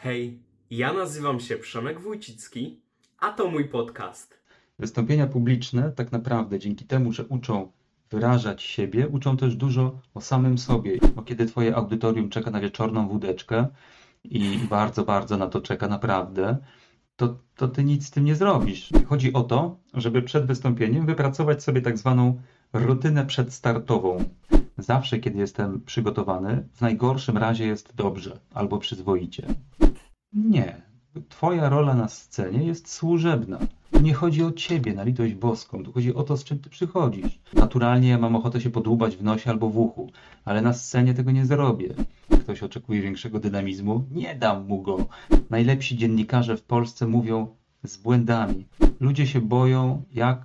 Hej, ja nazywam się Przemek Wójcicki, a to mój podcast. Wystąpienia publiczne tak naprawdę dzięki temu, że uczą wyrażać siebie, uczą też dużo o samym sobie. Bo kiedy twoje audytorium czeka na wieczorną wódeczkę i bardzo, bardzo na to czeka naprawdę, to ty nic z tym nie zrobisz. Chodzi o to, żeby przed wystąpieniem wypracować sobie tak zwaną rutynę przedstartową. Zawsze, kiedy jestem przygotowany, w najgorszym razie jest dobrze albo przyzwoicie. Nie. Twoja rola na scenie jest służebna. Nie chodzi o ciebie, na litość boską. Tu chodzi o to, z czym ty przychodzisz. Naturalnie ja mam ochotę się podłubać w nosie albo w uchu, ale na scenie tego nie zrobię. Ktoś oczekuje większego dynamizmu? Nie dam mu go. Najlepsi dziennikarze w Polsce mówią z błędami. Ludzie się boją,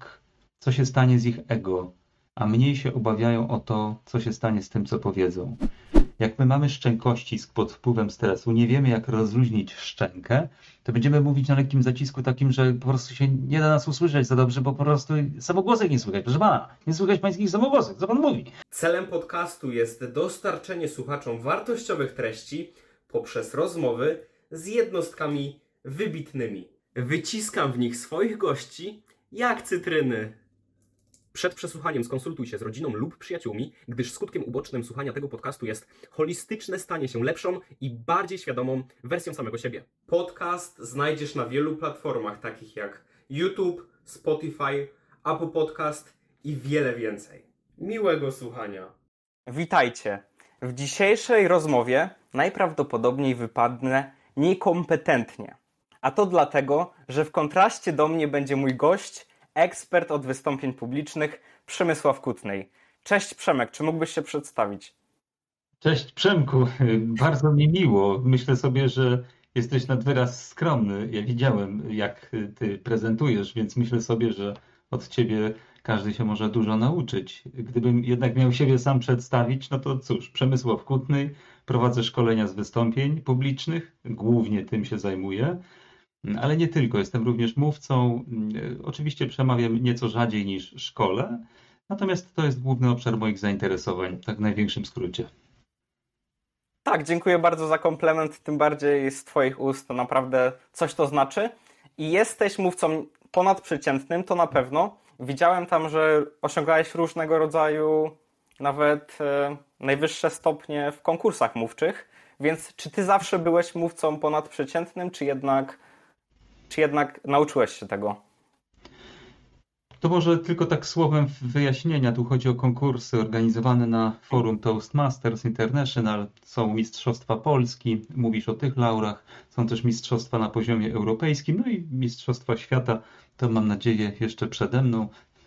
co się stanie z ich ego, a mniej się obawiają o to, co się stanie z tym, co powiedzą. Jak my mamy szczękościsk pod wpływem stresu, nie wiemy jak rozluźnić szczękę, to będziemy mówić na lekkim zacisku takim, że po prostu się nie da nas usłyszeć za dobrze, bo po prostu samogłosek nie słychać. Proszę pana, nie słychać pańskich samogłosek. Co pan mówi? Celem podcastu jest dostarczenie słuchaczom wartościowych treści poprzez rozmowy z jednostkami wybitnymi. Wyciskam w nich swoich gości jak cytryny. Przed przesłuchaniem skonsultuj się z rodziną lub przyjaciółmi, gdyż skutkiem ubocznym słuchania tego podcastu jest holistyczne stanie się lepszą i bardziej świadomą wersją samego siebie. Podcast znajdziesz na wielu platformach takich jak YouTube, Spotify, Apple Podcast i wiele więcej. Miłego słuchania. Witajcie. W dzisiejszej rozmowie najprawdopodobniej wypadnę niekompetentnie. A to dlatego, że w kontraście do mnie będzie mój gość, ekspert od wystąpień publicznych, Przemysław Kutnej. Cześć Przemek, czy mógłbyś się przedstawić? Cześć Przemku, bardzo mi miło. Myślę sobie, że jesteś nad wyraz skromny. Ja widziałem jak ty prezentujesz, więc myślę sobie, że od ciebie każdy się może dużo nauczyć. Gdybym jednak miał siebie sam przedstawić, no to cóż, Przemysław Kutny, prowadzę szkolenia z wystąpień publicznych, głównie tym się zajmuję, ale nie tylko. Jestem również mówcą. Oczywiście przemawiam nieco rzadziej niż szkole, natomiast to jest główny obszar moich zainteresowań, tak w największym skrócie. Tak, dziękuję bardzo za komplement, tym bardziej z Twoich ust, to naprawdę coś to znaczy. I jesteś mówcą ponadprzeciętnym, to na pewno. Widziałem tam, że osiągałeś różnego rodzaju, nawet najwyższe stopnie w konkursach mówczych, więc czy Ty zawsze byłeś mówcą ponadprzeciętnym, czy jednak nauczyłeś się tego? To może tylko tak słowem wyjaśnienia. Tu chodzi o konkursy organizowane na forum Toastmasters International. Są Mistrzostwa Polski, mówisz o tych laurach. Są też mistrzostwa na poziomie europejskim, no i Mistrzostwa Świata. To mam nadzieję jeszcze przede mną.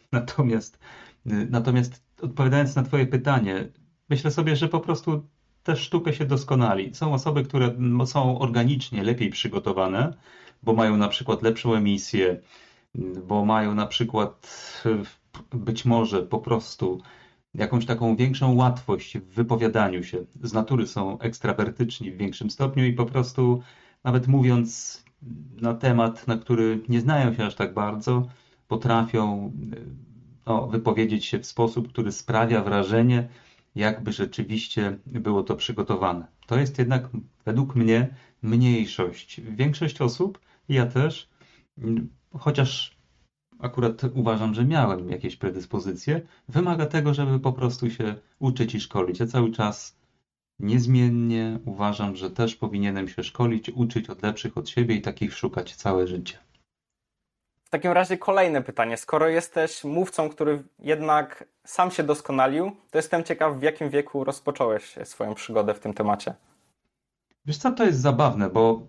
Natomiast odpowiadając na twoje pytanie, myślę sobie, że po prostu tę sztukę się doskonali. Są osoby, które są organicznie lepiej przygotowane, bo mają na przykład lepszą emisję, bo mają na przykład być może po prostu jakąś taką większą łatwość w wypowiadaniu się. Z natury są ekstrawertyczni w większym stopniu i po prostu nawet mówiąc na temat, na który nie znają się aż tak bardzo, potrafią wypowiedzieć się w sposób, który sprawia wrażenie, jakby rzeczywiście było to przygotowane. To jest jednak według mnie mniejszość. Większość osób, ja też, chociaż akurat uważam, że miałem jakieś predyspozycje, wymaga tego, żeby po prostu się uczyć i szkolić. Ja cały czas niezmiennie uważam, że też powinienem się szkolić, uczyć od lepszych od siebie i takich szukać całe życie. W takim razie kolejne pytanie. Skoro jesteś mówcą, który jednak sam się doskonalił, to jestem ciekaw, w jakim wieku rozpocząłeś swoją przygodę w tym temacie. Wiesz co, to jest zabawne, bo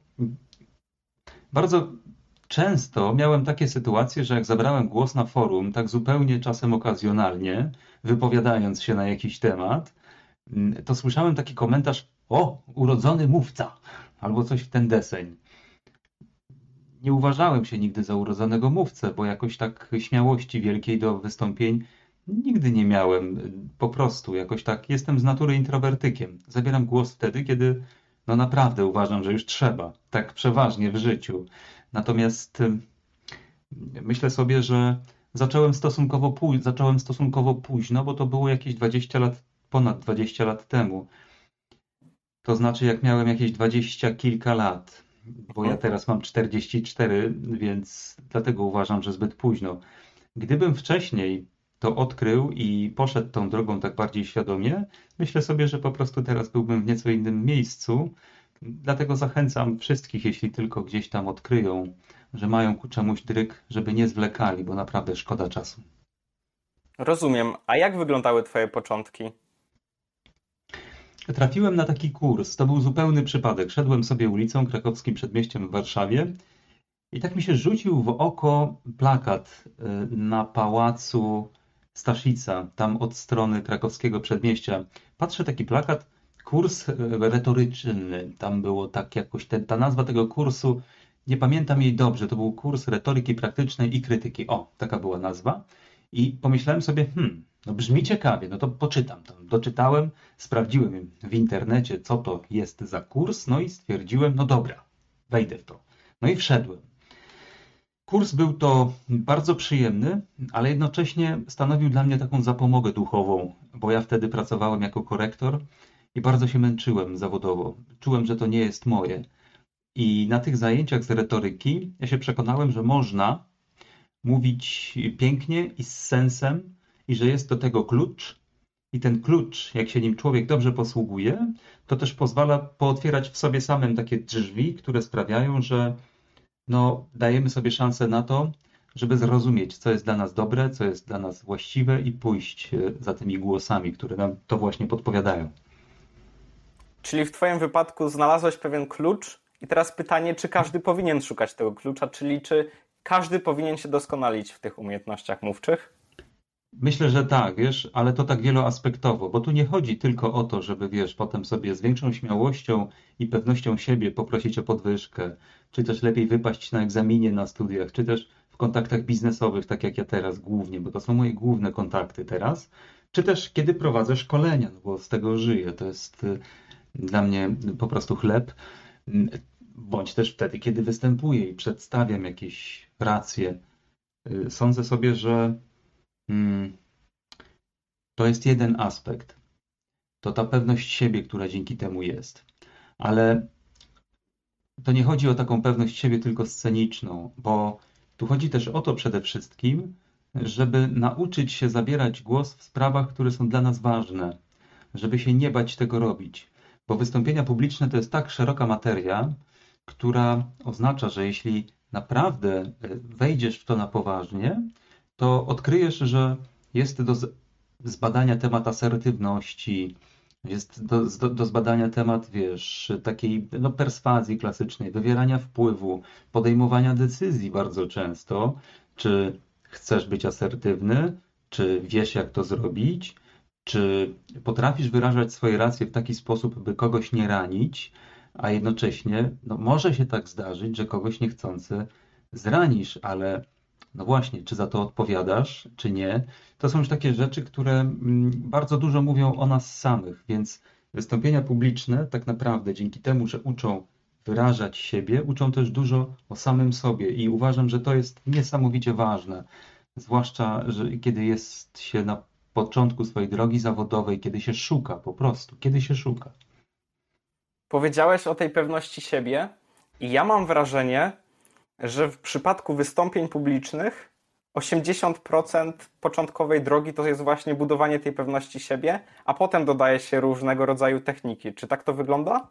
bardzo często miałem takie sytuacje, że jak zabrałem głos na forum, tak zupełnie czasem okazjonalnie, wypowiadając się na jakiś temat, to słyszałem taki komentarz: o, urodzony mówca, albo coś w ten deseń. Nie uważałem się nigdy za urodzonego mówcę, bo jakoś tak śmiałości wielkiej do wystąpień nigdy nie miałem. Po prostu jakoś tak jestem z natury introwertykiem. Zabieram głos wtedy, kiedy no naprawdę uważam, że już trzeba. Tak przeważnie w życiu. Natomiast myślę sobie, że zacząłem stosunkowo późno, bo to było jakieś 20 lat, ponad 20 lat temu. To znaczy, jak miałem jakieś 20 kilka lat. bo ja teraz mam 44, więc dlatego uważam, że zbyt późno. Gdybym wcześniej to odkrył i poszedł tą drogą tak bardziej świadomie, myślę sobie, że po prostu teraz byłbym w nieco innym miejscu. Dlatego zachęcam wszystkich, jeśli tylko gdzieś tam odkryją, że mają ku czemuś dryg, żeby nie zwlekali, bo naprawdę szkoda czasu. Rozumiem. A jak wyglądały twoje początki? Trafiłem na taki kurs. To był zupełny przypadek. Szedłem sobie ulicą Krakowskim Przedmieściem w Warszawie i tak mi się rzucił w oko plakat na pałacu Staszica, tam od strony Krakowskiego Przedmieścia. Patrzę, taki plakat, kurs retoryczny. Tam było tak jakoś, ta nazwa tego kursu, nie pamiętam jej dobrze. To był kurs retoryki praktycznej i krytyki. O, taka była nazwa. I pomyślałem sobie, no brzmi ciekawie, no to poczytam to. Doczytałem, sprawdziłem w internecie, co to jest za kurs, no i stwierdziłem, no dobra, wejdę w to. No i wszedłem. Kurs był to bardzo przyjemny, ale jednocześnie stanowił dla mnie taką zapomogę duchową, bo ja wtedy pracowałem jako korektor i bardzo się męczyłem zawodowo. Czułem, że to nie jest moje. I na tych zajęciach z retoryki ja się przekonałem, że można mówić pięknie i z sensem i że jest do tego klucz. I ten klucz, jak się nim człowiek dobrze posługuje, to też pozwala pootwierać w sobie samym takie drzwi, które sprawiają, że no, dajemy sobie szansę na to, żeby zrozumieć, co jest dla nas dobre, co jest dla nas właściwe i pójść za tymi głosami, które nam to właśnie podpowiadają. Czyli w twoim wypadku znalazłeś pewien klucz i teraz pytanie, czy każdy powinien szukać tego klucza, czyli czy każdy powinien się doskonalić w tych umiejętnościach mówczych? Myślę, że tak, wiesz, ale to tak wieloaspektowo, bo tu nie chodzi tylko o to, żeby, wiesz, potem sobie z większą śmiałością i pewnością siebie poprosić o podwyżkę, czy też lepiej wypaść na egzaminie na studiach, czy też w kontaktach biznesowych, tak jak ja teraz głównie, bo to są moje główne kontakty teraz, czy też kiedy prowadzę szkolenia, no bo z tego żyję, to jest dla mnie po prostu chleb, bądź też wtedy, kiedy występuję i przedstawiam jakieś racje. Sądzę sobie, że to jest jeden aspekt. To ta pewność siebie, która dzięki temu jest. Ale to nie chodzi o taką pewność siebie tylko sceniczną, bo tu chodzi też o to przede wszystkim, żeby nauczyć się zabierać głos w sprawach, które są dla nas ważne, żeby się nie bać tego robić. Bo wystąpienia publiczne to jest tak szeroka materia, która oznacza, że jeśli naprawdę wejdziesz w to na poważnie, to odkryjesz, że jest do zbadania temat asertywności, jest do zbadania temat, wiesz, takiej no, perswazji klasycznej, wywierania wpływu, podejmowania decyzji bardzo często, czy chcesz być asertywny, czy wiesz, jak to zrobić, czy potrafisz wyrażać swoje racje w taki sposób, by kogoś nie ranić, a jednocześnie no, może się tak zdarzyć, że kogoś niechcący zranisz, ale no właśnie, czy za to odpowiadasz, czy nie? To są już takie rzeczy, które bardzo dużo mówią o nas samych, więc wystąpienia publiczne tak naprawdę dzięki temu, że uczą wyrażać siebie, uczą też dużo o samym sobie i uważam, że to jest niesamowicie ważne, zwłaszcza, że kiedy jest się na początku swojej drogi zawodowej, kiedy się szuka po prostu, kiedy się szuka. Powiedziałeś o tej pewności siebie i ja mam wrażenie, że w przypadku wystąpień publicznych 80% początkowej drogi to jest właśnie budowanie tej pewności siebie, a potem dodaje się różnego rodzaju techniki. Czy tak to wygląda?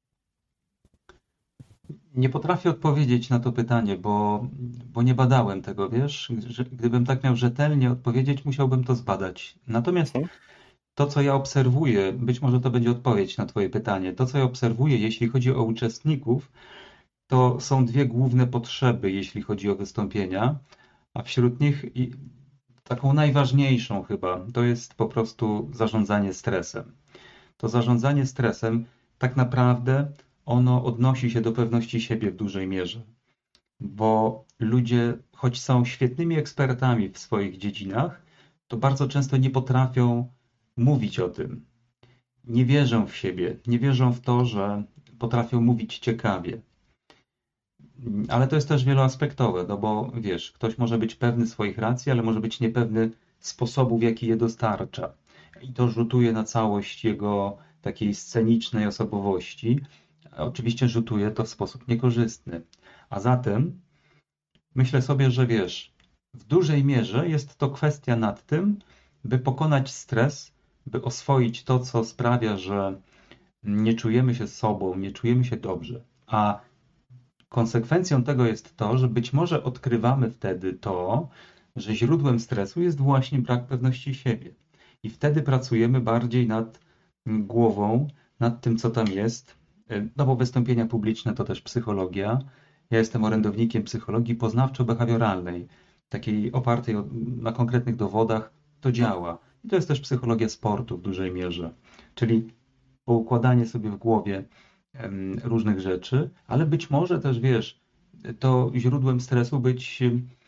Nie potrafię odpowiedzieć na to pytanie, bo nie badałem tego, wiesz? Gdybym tak miał rzetelnie odpowiedzieć, musiałbym to zbadać. Natomiast to, co ja obserwuję, być może to będzie odpowiedź na Twoje pytanie, to, co ja obserwuję, jeśli chodzi o uczestników, to są dwie główne potrzeby, jeśli chodzi o wystąpienia, a wśród nich taką najważniejszą chyba to jest po prostu zarządzanie stresem. To zarządzanie stresem tak naprawdę ono odnosi się do pewności siebie w dużej mierze, bo ludzie, choć są świetnymi ekspertami w swoich dziedzinach, to bardzo często nie potrafią mówić o tym. Nie wierzą w siebie, nie wierzą w to, że potrafią mówić ciekawie. Ale to jest też wieloaspektowe, no bo wiesz, ktoś może być pewny swoich racji, ale może być niepewny sposobu, w jaki je dostarcza. I to rzutuje na całość jego takiej scenicznej osobowości. Oczywiście rzutuje to w sposób niekorzystny. A zatem myślę sobie, że wiesz, w dużej mierze jest to kwestia nad tym, by pokonać stres, by oswoić to, co sprawia, że nie czujemy się sobą, nie czujemy się dobrze. A konsekwencją tego jest to, że być może odkrywamy wtedy to, że źródłem stresu jest właśnie brak pewności siebie. I wtedy pracujemy bardziej nad głową, nad tym, co tam jest. No bo wystąpienia publiczne to też psychologia. Ja jestem orędownikiem psychologii poznawczo-behawioralnej, takiej opartej na konkretnych dowodach. To działa. I to jest też psychologia sportu w dużej mierze. Czyli poukładanie sobie w głowie różnych rzeczy, ale być może też, wiesz, to źródłem stresu być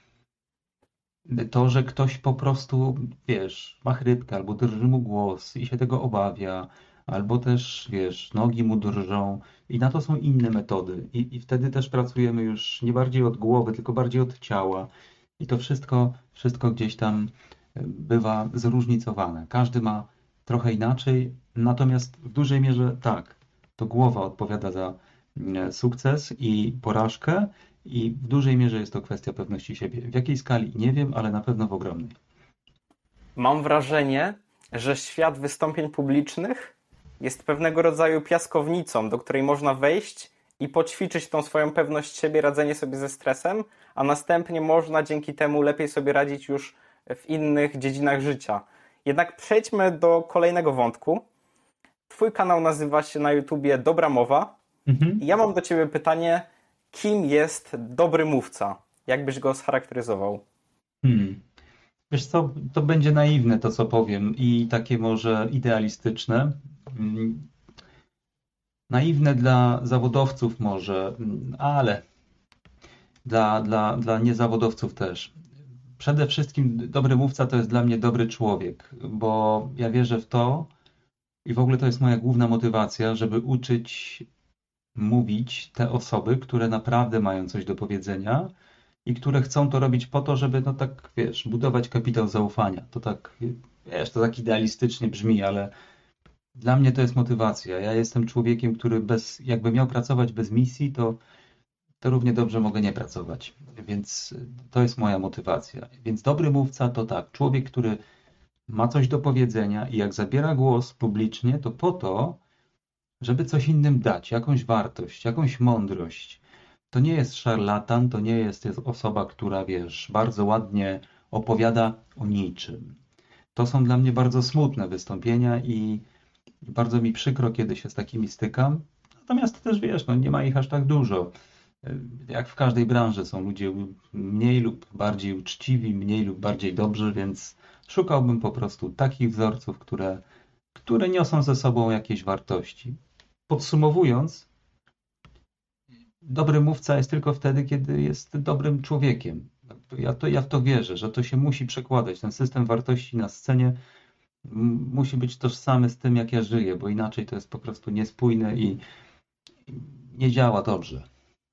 to, że ktoś po prostu, wiesz, ma chrypkę, albo drży mu głos i się tego obawia, albo też, wiesz, nogi mu drżą i na to są inne metody. I wtedy też pracujemy już nie bardziej od głowy, tylko bardziej od ciała. I to wszystko gdzieś tam bywa zróżnicowane. Każdy ma trochę inaczej, natomiast w dużej mierze tak, to głowa odpowiada za sukces i porażkę i w dużej mierze jest to kwestia pewności siebie. W jakiej skali nie wiem, ale na pewno w ogromnej. Mam wrażenie, że świat wystąpień publicznych jest pewnego rodzaju piaskownicą, do której można wejść i poćwiczyć tą swoją pewność siebie, radzenie sobie ze stresem, a następnie można dzięki temu lepiej sobie radzić już w innych dziedzinach życia. Jednak przejdźmy do kolejnego wątku. Twój kanał nazywa się na YouTubie Dobra Mowa. I ja mam do ciebie pytanie, kim jest dobry mówca? Jak byś go scharakteryzował? Wiesz co, to będzie naiwne to, co powiem i takie może idealistyczne. Naiwne dla zawodowców może, ale dla niezawodowców też. Przede wszystkim dobry mówca to jest dla mnie dobry człowiek, bo ja wierzę w to i w ogóle to jest moja główna motywacja, żeby uczyć mówić te osoby, które naprawdę mają coś do powiedzenia i które chcą to robić po to, żeby, no tak, wiesz, budować kapitał zaufania. To tak, wiesz, to tak idealistycznie brzmi, ale dla mnie to jest motywacja. Ja jestem człowiekiem, który jakby miał pracować bez misji, to równie dobrze mogę nie pracować. Więc to jest moja motywacja. Więc dobry mówca to tak, człowiek, który ma coś do powiedzenia i jak zabiera głos publicznie, to po to, żeby coś innym dać, jakąś wartość, jakąś mądrość. To nie jest szarlatan, to nie jest osoba, która, wiesz, bardzo ładnie opowiada o niczym. To są dla mnie bardzo smutne wystąpienia i bardzo mi przykro, kiedy się z takimi stykam. Natomiast też, wiesz, no nie ma ich aż tak dużo. Jak w każdej branży są ludzie mniej lub bardziej uczciwi, mniej lub bardziej dobrzy, więc szukałbym po prostu takich wzorców, które niosą ze sobą jakieś wartości. Podsumowując, dobry mówca jest tylko wtedy, kiedy jest dobrym człowiekiem. Ja w to wierzę, że to się musi przekładać. Ten system wartości na scenie musi być tożsamy z tym, jak ja żyję, bo inaczej to jest po prostu niespójne i nie działa dobrze.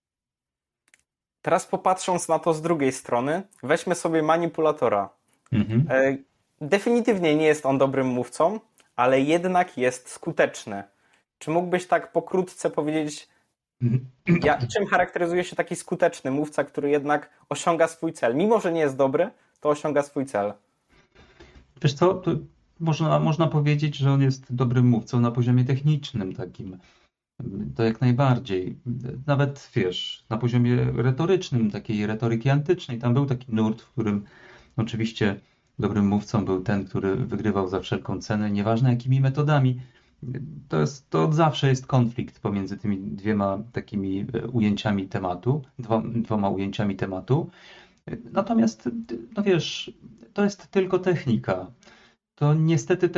Teraz popatrząc na to z drugiej strony, weźmy sobie manipulatora. Definitywnie nie jest on dobrym mówcą, ale jednak jest skuteczny. Czy mógłbyś tak pokrótce powiedzieć, czym charakteryzuje się taki skuteczny mówca, który jednak osiąga swój cel? Mimo że nie jest dobry, to osiąga swój cel. Wiesz co, to można powiedzieć, że on jest dobrym mówcą na poziomie technicznym takim. To jak najbardziej. Nawet, wiesz, na poziomie retorycznym, takiej retoryki antycznej, tam był taki nurt, w którym oczywiście dobrym mówcą był ten, który wygrywał za wszelką cenę, nieważne jakimi metodami. To od zawsze jest konflikt pomiędzy tymi dwiema takimi ujęciami tematu, dwoma ujęciami tematu. Natomiast, no wiesz, to jest tylko technika. To niestety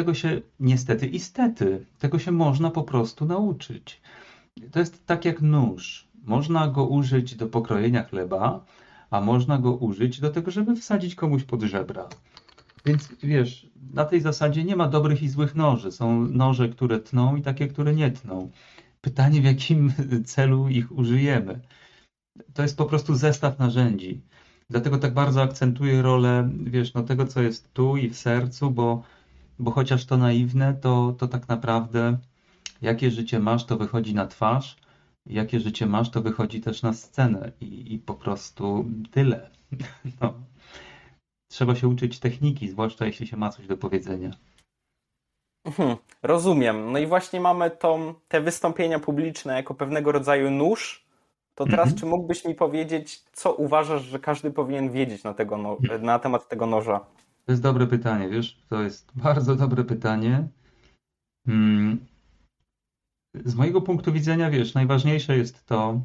tego się można po prostu nauczyć. To jest tak jak nóż. Można go użyć do pokrojenia chleba, a można go użyć do tego, żeby wsadzić komuś pod żebra. Więc wiesz, na tej zasadzie nie ma dobrych i złych noży. Są noże, które tną i takie, które nie tną. Pytanie, w jakim celu ich użyjemy. To jest po prostu zestaw narzędzi. Dlatego tak bardzo akcentuję rolę, wiesz, no tego, co jest tu i w sercu, bo chociaż to naiwne, to tak naprawdę jakie życie masz, to wychodzi na twarz, jakie życie masz, to wychodzi też na scenę i po prostu tyle. No. Trzeba się uczyć techniki, zwłaszcza jeśli się ma coś do powiedzenia. Rozumiem. No i właśnie mamy te wystąpienia publiczne jako pewnego rodzaju nóż. To teraz, Mhm. czy mógłbyś mi powiedzieć, co uważasz, że każdy powinien wiedzieć na temat tego noża? To jest dobre pytanie, wiesz? To jest bardzo dobre pytanie. Mm, Z mojego punktu widzenia, wiesz, najważniejsze jest to,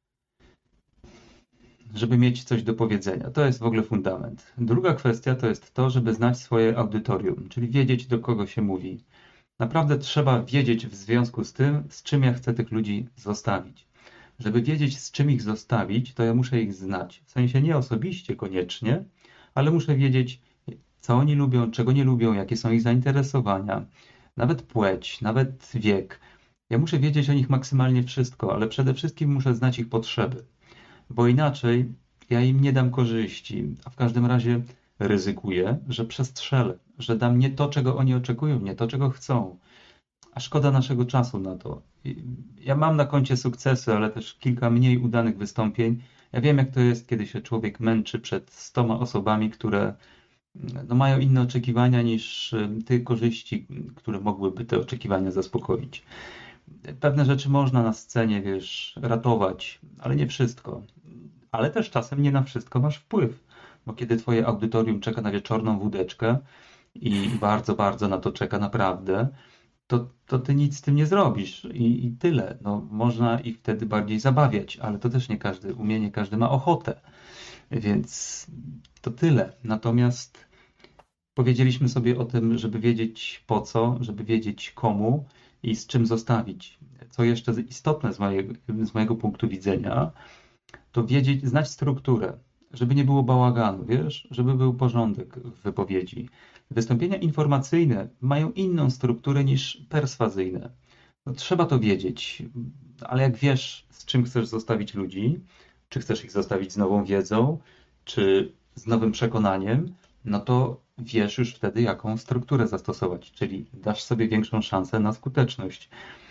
żeby mieć coś do powiedzenia. To jest w ogóle fundament. Druga kwestia to jest to, żeby znać swoje audytorium, czyli wiedzieć, do kogo się mówi. Naprawdę trzeba wiedzieć w związku z tym, z czym ja chcę tych ludzi zostawić. Żeby wiedzieć, z czym ich zostawić, to ja muszę ich znać. W sensie nie osobiście koniecznie, ale muszę wiedzieć, co oni lubią, czego nie lubią, jakie są ich zainteresowania, nawet płeć, nawet wiek. Ja muszę wiedzieć o nich maksymalnie wszystko, ale przede wszystkim muszę znać ich potrzeby, bo inaczej ja im nie dam korzyści, a w każdym razie ryzykuję, że przestrzelę, że dam nie to, czego oni oczekują, nie to, czego chcą. A szkoda naszego czasu na to. Ja mam na koncie sukcesy, ale też kilka mniej udanych wystąpień. Ja wiem, jak to jest, kiedy się człowiek męczy przed 100 osobami, które no, mają inne oczekiwania niż te korzyści, które mogłyby te oczekiwania zaspokoić. Pewne rzeczy można na scenie, wiesz, ratować, ale nie wszystko. Ale też czasem nie na wszystko masz wpływ, bo kiedy twoje audytorium czeka na wieczorną wódeczkę i bardzo, bardzo na to czeka naprawdę, to ty nic z tym nie zrobisz i tyle. No, można ich wtedy bardziej zabawiać, ale to też nie każdy umie, nie każdy ma ochotę, więc to tyle. Natomiast powiedzieliśmy sobie o tym, żeby wiedzieć po co, żeby wiedzieć komu i z czym zostawić. Co jeszcze istotne z mojego punktu widzenia, to wiedzieć, znać strukturę, żeby nie było bałaganu, wiesz, żeby był porządek w wypowiedzi. Wystąpienia informacyjne mają inną strukturę niż perswazyjne. No, trzeba to wiedzieć, ale jak wiesz, z czym chcesz zostawić ludzi, czy chcesz ich zostawić z nową wiedzą, czy z nowym przekonaniem, no to wiesz już wtedy, jaką strukturę zastosować, czyli dasz sobie większą szansę na skuteczność.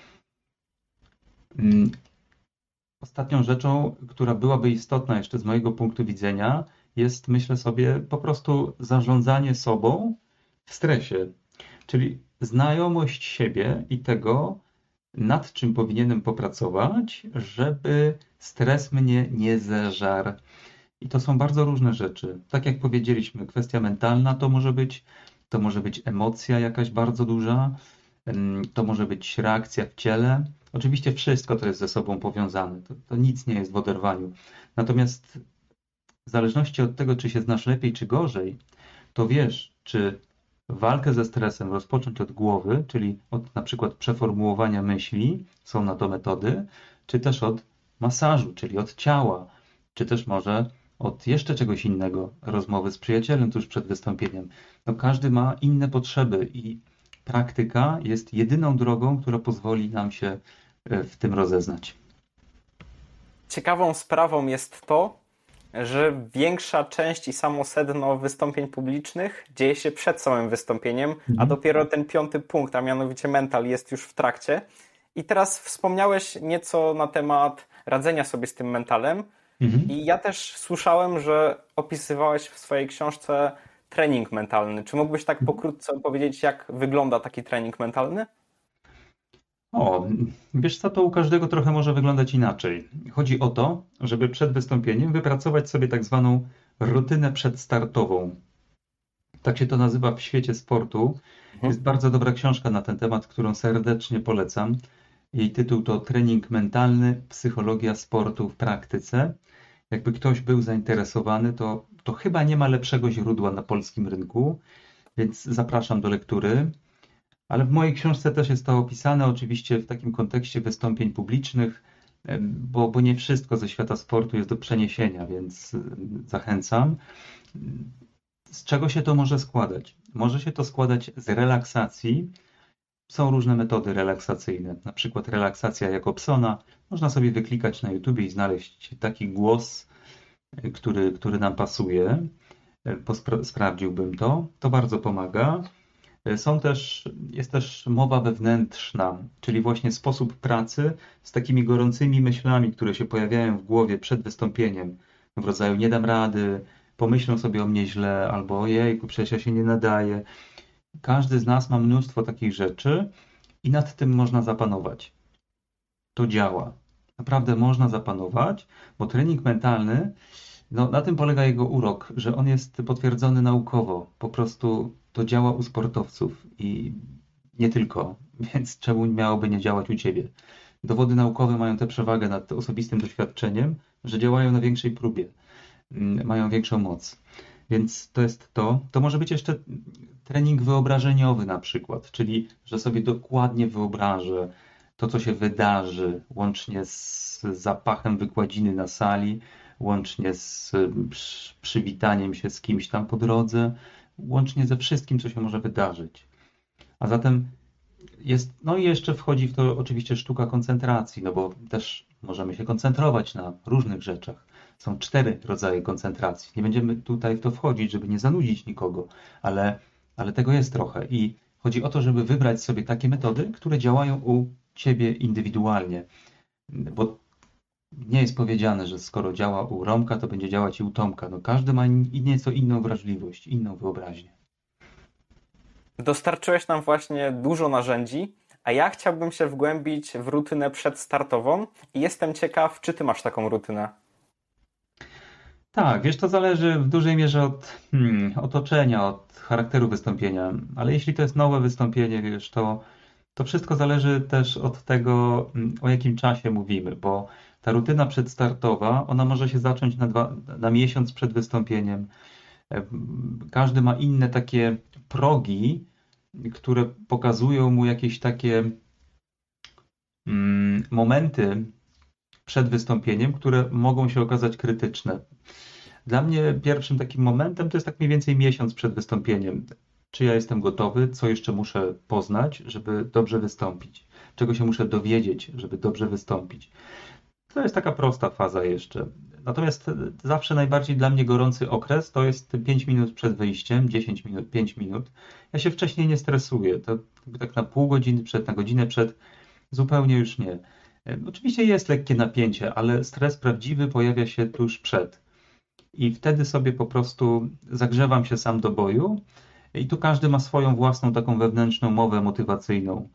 Mm, Ostatnią rzeczą, która byłaby istotna jeszcze z mojego punktu widzenia, jest, myślę sobie, po prostu zarządzanie sobą w stresie, czyli znajomość siebie i tego, nad czym powinienem popracować, żeby stres mnie nie zeżarł. I to są bardzo różne rzeczy. Tak jak powiedzieliśmy, kwestia mentalna to może być emocja jakaś bardzo duża, to może być reakcja w ciele. Oczywiście wszystko to jest ze sobą powiązane. To nic nie jest w oderwaniu. Natomiast w zależności od tego, czy się znasz lepiej, czy gorzej, to wiesz, czy walkę ze stresem rozpocząć od głowy, czyli od na przykład przeformułowania myśli, są na to metody, czy też od masażu, czyli od ciała, czy też może od jeszcze czegoś innego, rozmowy z przyjacielem tuż przed wystąpieniem. No, każdy ma inne potrzeby i praktyka jest jedyną drogą, która pozwoli nam się w tym rozeznać. Ciekawą sprawą jest to, że większa część i samo sedno wystąpień publicznych dzieje się przed samym wystąpieniem, a Mhm. dopiero ten piąty punkt, a mianowicie mental, jest już w trakcie. I teraz wspomniałeś nieco na temat radzenia sobie z tym mentalem. Mhm. I ja też słyszałem, że opisywałeś w swojej książce trening mentalny. Czy mógłbyś tak pokrótce opowiedzieć, jak wygląda taki trening mentalny? O, wiesz co, to u każdego trochę może wyglądać inaczej. Chodzi o to, żeby przed wystąpieniem wypracować sobie tak zwaną rutynę przedstartową. Tak się to nazywa w świecie sportu. Mhm. Jest bardzo dobra książka na ten temat, którą serdecznie polecam. Jej tytuł to Trening mentalny, psychologia sportu w praktyce. Jakby ktoś był zainteresowany, to chyba nie ma lepszego źródła na polskim rynku, więc zapraszam do lektury. Ale w mojej książce też jest to opisane, oczywiście w takim kontekście wystąpień publicznych, bo nie wszystko ze świata sportu jest do przeniesienia, więc zachęcam. Z czego się to może składać? Może się to składać z relaksacji. Są różne metody relaksacyjne, na przykład relaksacja Jacobsona. Można sobie wyklikać na YouTube i znaleźć taki głos, który nam pasuje. Sprawdziłbym to. To bardzo pomaga. Jest też mowa wewnętrzna, czyli właśnie sposób pracy z takimi gorącymi myślami, które się pojawiają w głowie przed wystąpieniem, w rodzaju nie dam rady, pomyślą sobie o mnie źle, albo ojejku, przecież ja się nie nadaję. Każdy z nas ma mnóstwo takich rzeczy i nad tym można zapanować. To działa. Naprawdę można zapanować, bo trening mentalny, no, na tym polega jego urok, że on jest potwierdzony naukowo. Po prostu to działa u sportowców i nie tylko, więc czemu miałoby nie działać u ciebie? Dowody naukowe mają tę przewagę nad osobistym doświadczeniem, że działają na większej próbie, mają większą moc. Więc to jest to. To może być jeszcze trening wyobrażeniowy na przykład, czyli że sobie dokładnie wyobrażę to, co się wydarzy, łącznie z zapachem wykładziny na sali, łącznie z przywitaniem się z kimś tam po drodze, łącznie ze wszystkim, co się może wydarzyć. A zatem no i jeszcze wchodzi w to oczywiście sztuka koncentracji, no bo też możemy się koncentrować na różnych rzeczach. Są 4 rodzaje koncentracji. Nie będziemy tutaj w to wchodzić, żeby nie zanudzić nikogo, ale tego jest trochę. I chodzi o to, żeby wybrać sobie takie metody, które działają u ciebie indywidualnie. Bo nie jest powiedziane, że skoro działa u Romka, to będzie działać i u Tomka. No każdy ma nieco inną wrażliwość, inną wyobraźnię. Dostarczyłeś nam właśnie dużo narzędzi, a ja chciałbym się wgłębić w rutynę przedstartową i jestem ciekaw, czy ty masz taką rutynę. Tak, wiesz, to zależy w dużej mierze od otoczenia, od charakteru wystąpienia, ale jeśli to jest nowe wystąpienie, wiesz, to wszystko zależy też od tego, o jakim czasie mówimy, bo ta rutyna przedstartowa, ona może się zacząć na miesiąc przed wystąpieniem. Każdy ma inne takie progi, które pokazują mu jakieś takie momenty przed wystąpieniem, które mogą się okazać krytyczne. Dla mnie pierwszym takim momentem to jest tak mniej więcej miesiąc przed wystąpieniem. Czy ja jestem gotowy, co jeszcze muszę poznać, żeby dobrze wystąpić, czego się muszę dowiedzieć, żeby dobrze wystąpić. To jest taka prosta faza jeszcze. Natomiast zawsze najbardziej dla mnie gorący okres to jest 5 minut przed wyjściem, 10 minut, 5 minut. Ja się wcześniej nie stresuję. To tak na pół godziny przed, na godzinę przed zupełnie już nie. Oczywiście jest lekkie napięcie, ale stres prawdziwy pojawia się tuż przed. I wtedy sobie po prostu zagrzewam się sam do boju i tu każdy ma swoją własną taką wewnętrzną mowę motywacyjną.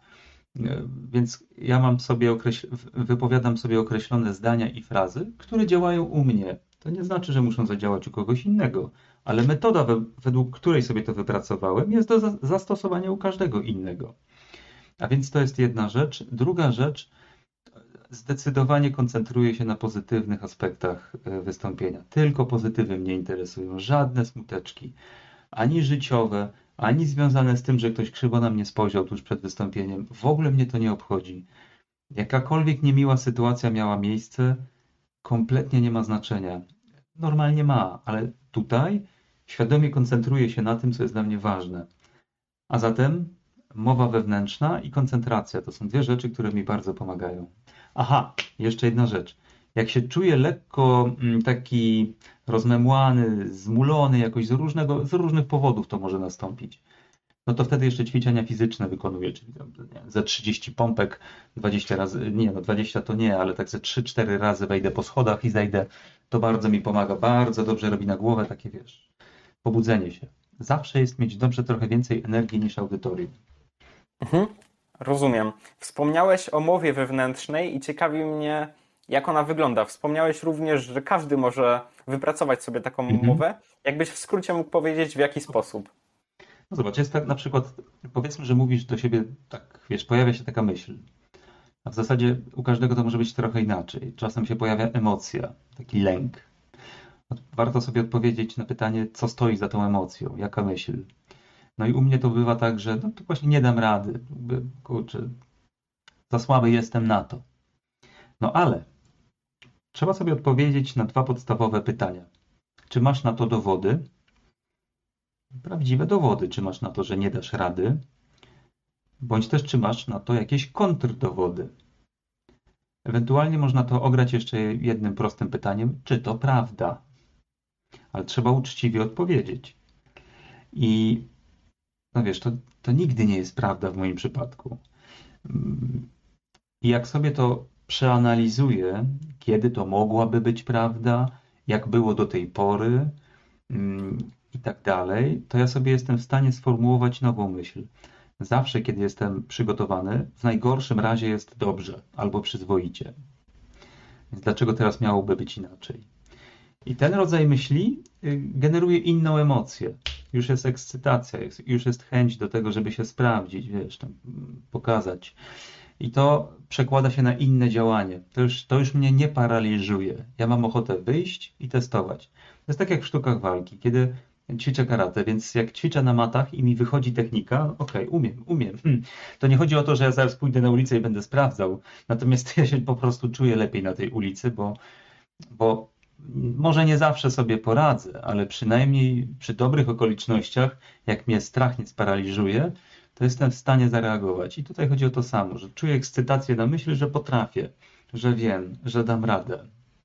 Więc ja wypowiadam sobie określone zdania i frazy, które działają u mnie. To nie znaczy, że muszą zadziałać u kogoś innego, ale metoda, według której sobie to wypracowałem, jest do zastosowania u każdego innego. A więc to jest jedna rzecz. Druga rzecz, zdecydowanie koncentruję się na pozytywnych aspektach wystąpienia. Tylko pozytywy mnie interesują, żadne smuteczki, ani życiowe, ani związane z tym, że ktoś krzywo na mnie spojrzał tuż przed wystąpieniem. W ogóle mnie to nie obchodzi. Jakakolwiek niemiła sytuacja miała miejsce, kompletnie nie ma znaczenia. Normalnie ma, ale tutaj świadomie koncentruję się na tym, co jest dla mnie ważne. A zatem mowa wewnętrzna i koncentracja to są 2 rzeczy, które mi bardzo pomagają. Aha, jeszcze jedna rzecz. Jak się czuję lekko taki rozmemłany, zmulony jakoś z różnych powodów to może nastąpić, no to wtedy jeszcze ćwiczenia fizyczne wykonuję, czyli tam, nie wiem, ze 30 pompek 20 razy, nie no 20 to nie, ale tak ze 3-4 razy wejdę po schodach i zejdę. To bardzo mi pomaga, bardzo dobrze robi na głowę takie, wiesz, pobudzenie się. Zawsze jest mieć dobrze trochę więcej energii niż audytorium. Mhm, rozumiem. Wspomniałeś o mowie wewnętrznej i ciekawi mnie, jak ona wygląda. Wspomniałeś również, że każdy może wypracować sobie taką mowę. Jakbyś w skrócie mógł powiedzieć, w jaki sposób? No zobacz, jest tak na przykład, powiedzmy, że mówisz do siebie tak, wiesz, pojawia się taka myśl. A w zasadzie u każdego to może być trochę inaczej. Czasem się pojawia emocja, taki lęk. Warto sobie odpowiedzieć na pytanie, co stoi za tą emocją, jaka myśl. No i u mnie to bywa tak, że no to właśnie nie dam rady. Kurczę, za słaby jestem na to. No ale trzeba sobie odpowiedzieć na 2 podstawowe pytania. Czy masz na to dowody? Prawdziwe dowody. Czy masz na to, że nie dasz rady? Bądź też czy masz na to jakieś kontrdowody? Ewentualnie można to ograć jeszcze jednym prostym pytaniem, czy to prawda? Ale trzeba uczciwie odpowiedzieć. I no wiesz, to nigdy nie jest prawda w moim przypadku. I jak sobie to przeanalizuję, kiedy to mogłaby być prawda, jak było do tej pory i tak dalej, to ja sobie jestem w stanie sformułować nową myśl. Zawsze, kiedy jestem przygotowany, w najgorszym razie jest dobrze albo przyzwoicie. Więc dlaczego teraz miałoby być inaczej? I ten rodzaj myśli generuje inną emocję. Już jest ekscytacja, już jest chęć do tego, żeby się sprawdzić, wiesz, tam, pokazać. I to przekłada się na inne działanie. To już mnie nie paraliżuje. Ja mam ochotę wyjść i testować. To jest tak jak w sztukach walki, kiedy ćwiczę karate, więc jak ćwiczę na matach i mi wychodzi technika, okej, umiem. To nie chodzi o to, że ja zaraz pójdę na ulicę i będę sprawdzał. Natomiast ja się po prostu czuję lepiej na tej ulicy, bo może nie zawsze sobie poradzę, ale przynajmniej przy dobrych okolicznościach, jak mnie strach nie sparaliżuje, to jestem w stanie zareagować. I tutaj chodzi o to samo, że czuję ekscytację na myśl, że potrafię, że wiem, że dam radę.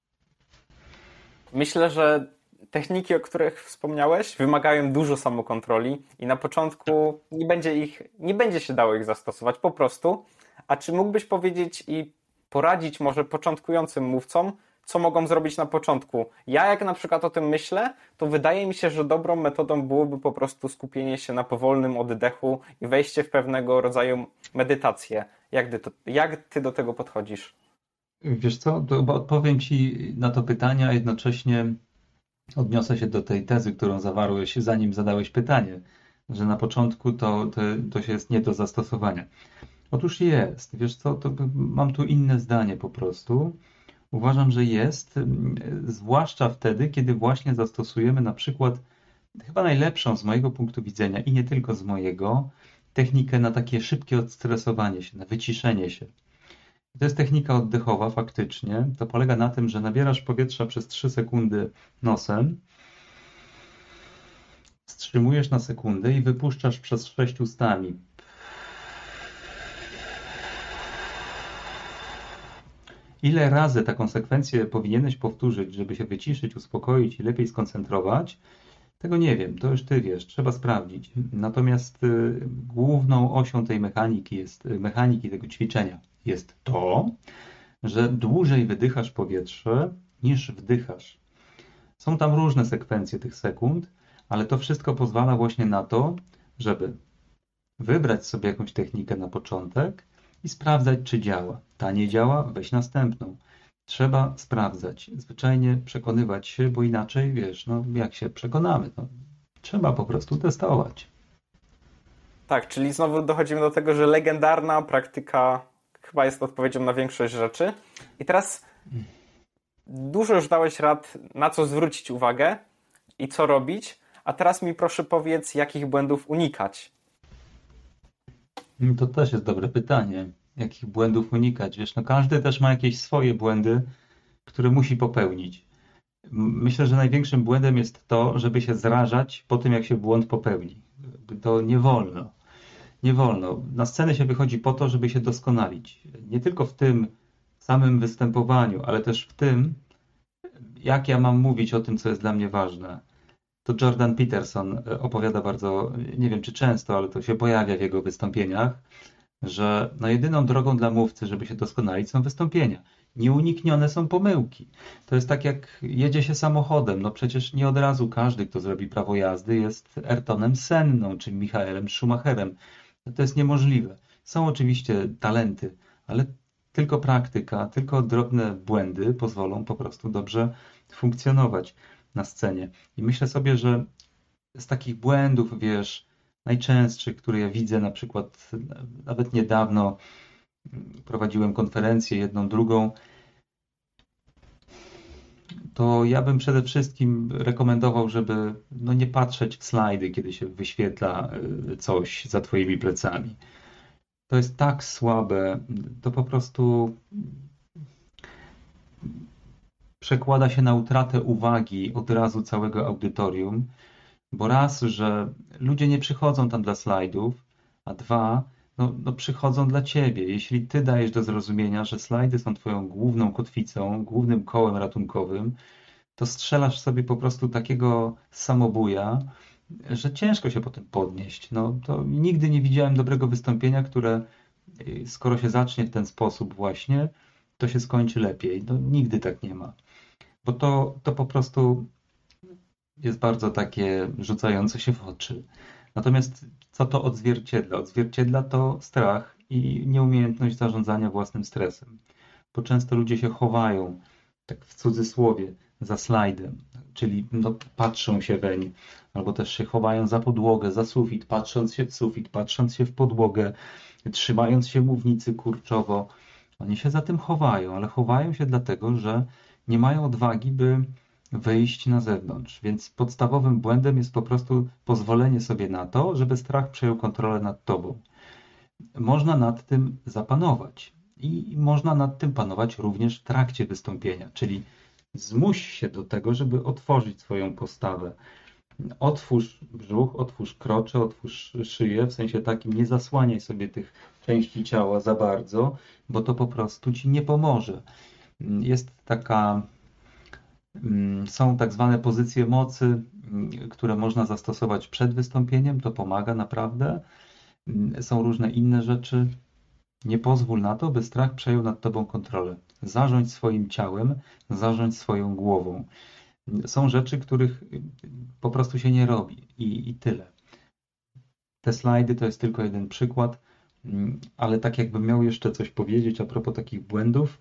Myślę, że techniki, o których wspomniałeś, wymagają dużo samokontroli i na początku nie będzie się dało ich zastosować po prostu. A czy mógłbyś powiedzieć i poradzić może początkującym mówcom, co mogą zrobić na początku? Ja jak na przykład o tym myślę, to wydaje mi się, że dobrą metodą byłoby po prostu skupienie się na powolnym oddechu i wejście w pewnego rodzaju medytację. Jak ty do tego podchodzisz? Wiesz co, bo odpowiem Ci na to pytanie, a jednocześnie odniosę się do tej tezy, którą zawarłeś, zanim zadałeś pytanie, że na początku to się jest nie do zastosowania. Otóż jest, wiesz co, mam tu inne zdanie po prostu. Uważam, że jest, zwłaszcza wtedy, kiedy właśnie zastosujemy na przykład chyba najlepszą z mojego punktu widzenia i nie tylko z mojego, technikę na takie szybkie odstresowanie się, na wyciszenie się. To jest technika oddechowa faktycznie. To polega na tym, że nabierasz powietrza przez 3 sekundy nosem, wstrzymujesz na sekundę i wypuszczasz przez 6 ustami. Ile razy taką sekwencję powinieneś powtórzyć, żeby się wyciszyć, uspokoić i lepiej skoncentrować? Tego nie wiem, to już ty wiesz, trzeba sprawdzić. Natomiast główną osią tej mechaniki tego ćwiczenia jest to, że dłużej wydychasz powietrze niż wdychasz. Są tam różne sekwencje tych sekund, ale to wszystko pozwala właśnie na to, żeby wybrać sobie jakąś technikę na początek i sprawdzać, czy działa. Ta nie działa, weź następną. Trzeba sprawdzać, zwyczajnie przekonywać się, bo inaczej, wiesz, no jak się przekonamy, no, trzeba po prostu testować. Tak, czyli znowu dochodzimy do tego, że legendarna praktyka chyba jest odpowiedzią na większość rzeczy. I teraz dużo już dałeś rad, na co zwrócić uwagę i co robić, a teraz mi proszę powiedz, jakich błędów unikać. To też jest dobre pytanie. Jakich błędów unikać? Wiesz, no każdy też ma jakieś swoje błędy, które musi popełnić. Myślę, że największym błędem jest to, żeby się zrażać po tym, jak się błąd popełni. To nie wolno. Nie wolno. Na scenę się wychodzi po to, żeby się doskonalić. Nie tylko w tym samym występowaniu, ale też w tym, jak ja mam mówić o tym, co jest dla mnie ważne. To Jordan Peterson opowiada bardzo, nie wiem czy często, ale to się pojawia w jego wystąpieniach, że no jedyną drogą dla mówcy, żeby się doskonalić, są wystąpienia. Nieuniknione są pomyłki. To jest tak, jak jedzie się samochodem. No przecież nie od razu każdy, kto zrobi prawo jazdy, jest Ayrtonem Senną czy Michaelem Schumacherem. To jest niemożliwe. Są oczywiście talenty, ale tylko praktyka, tylko drobne błędy pozwolą po prostu dobrze funkcjonować na scenie. I myślę sobie, że z takich błędów, wiesz, najczęstszych, które ja widzę, na przykład nawet niedawno prowadziłem konferencję, jedną, drugą, to ja bym przede wszystkim rekomendował, żeby no nie patrzeć w slajdy, kiedy się wyświetla coś za twoimi plecami. To jest tak słabe, to po prostu przekłada się na utratę uwagi od razu całego audytorium, bo raz, że ludzie nie przychodzą tam dla slajdów, a dwa, no przychodzą dla ciebie. Jeśli ty dajesz do zrozumienia, że slajdy są twoją główną kotwicą, głównym kołem ratunkowym, to strzelasz sobie po prostu takiego samobuja że ciężko się potem podnieść. No, to nigdy nie widziałem dobrego wystąpienia, które skoro się zacznie w ten sposób właśnie, to się skończy lepiej. No, nigdy tak nie ma. Bo to po prostu jest bardzo takie rzucające się w oczy. Natomiast co to odzwierciedla? Odzwierciedla to strach i nieumiejętność zarządzania własnym stresem. Bo często ludzie się chowają, tak w cudzysłowie, za slajdem, czyli no, patrzą się weń, albo też się chowają za podłogę, za sufit, patrząc się w sufit, patrząc się w podłogę, trzymając się mównicy kurczowo. Oni się za tym chowają, ale chowają się dlatego, że nie mają odwagi, by wyjść na zewnątrz. Więc podstawowym błędem jest po prostu pozwolenie sobie na to, żeby strach przejął kontrolę nad tobą. Można nad tym zapanować i można nad tym panować również w trakcie wystąpienia, czyli zmuś się do tego, żeby otworzyć swoją postawę. Otwórz brzuch, otwórz krocze, otwórz szyję, w sensie takim nie zasłaniaj sobie tych części ciała za bardzo, bo to po prostu ci nie pomoże. Jest taka Są tak zwane pozycje mocy, które można zastosować przed wystąpieniem, to pomaga naprawdę. Są różne inne rzeczy. Nie pozwól na to, by strach przejął nad tobą kontrolę. Zarządź swoim ciałem, zarządź swoją głową. Są rzeczy, których po prostu się nie robi i tyle. Te slajdy to jest tylko jeden przykład, ale tak jakbym miał jeszcze coś powiedzieć a propos takich błędów,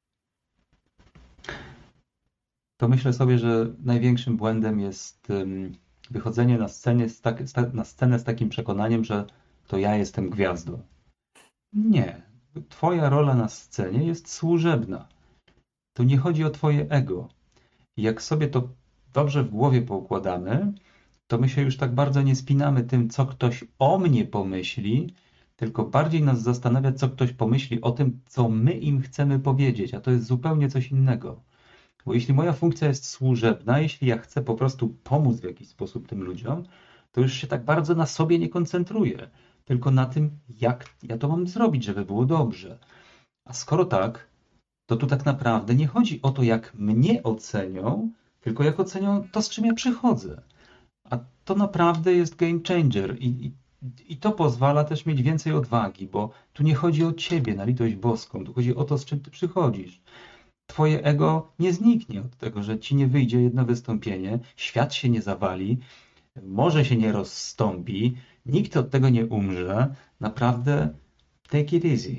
to myślę sobie, że największym błędem jest wychodzenie na scenę z takim przekonaniem, że to ja jestem gwiazdą. Nie. Twoja rola na scenie jest służebna. Tu nie chodzi o twoje ego. I jak sobie to dobrze w głowie poukładamy, to my się już tak bardzo nie spinamy tym, co ktoś o mnie pomyśli, tylko bardziej nas zastanawia, co ktoś pomyśli o tym, co my im chcemy powiedzieć, a to jest zupełnie coś innego. Bo jeśli moja funkcja jest służebna, jeśli ja chcę po prostu pomóc w jakiś sposób tym ludziom, to już się tak bardzo na sobie nie koncentruję, tylko na tym, jak ja to mam zrobić, żeby było dobrze. A skoro tak, to tu tak naprawdę nie chodzi o to, jak mnie ocenią, tylko jak ocenią to, z czym ja przychodzę. A to naprawdę jest game changer i to pozwala też mieć więcej odwagi, bo tu nie chodzi o ciebie na litość boską, tu chodzi o to, z czym ty przychodzisz. Twoje ego nie zniknie od tego, że ci nie wyjdzie jedno wystąpienie, świat się nie zawali, morze się nie rozstąpi, nikt od tego nie umrze. Naprawdę take it easy.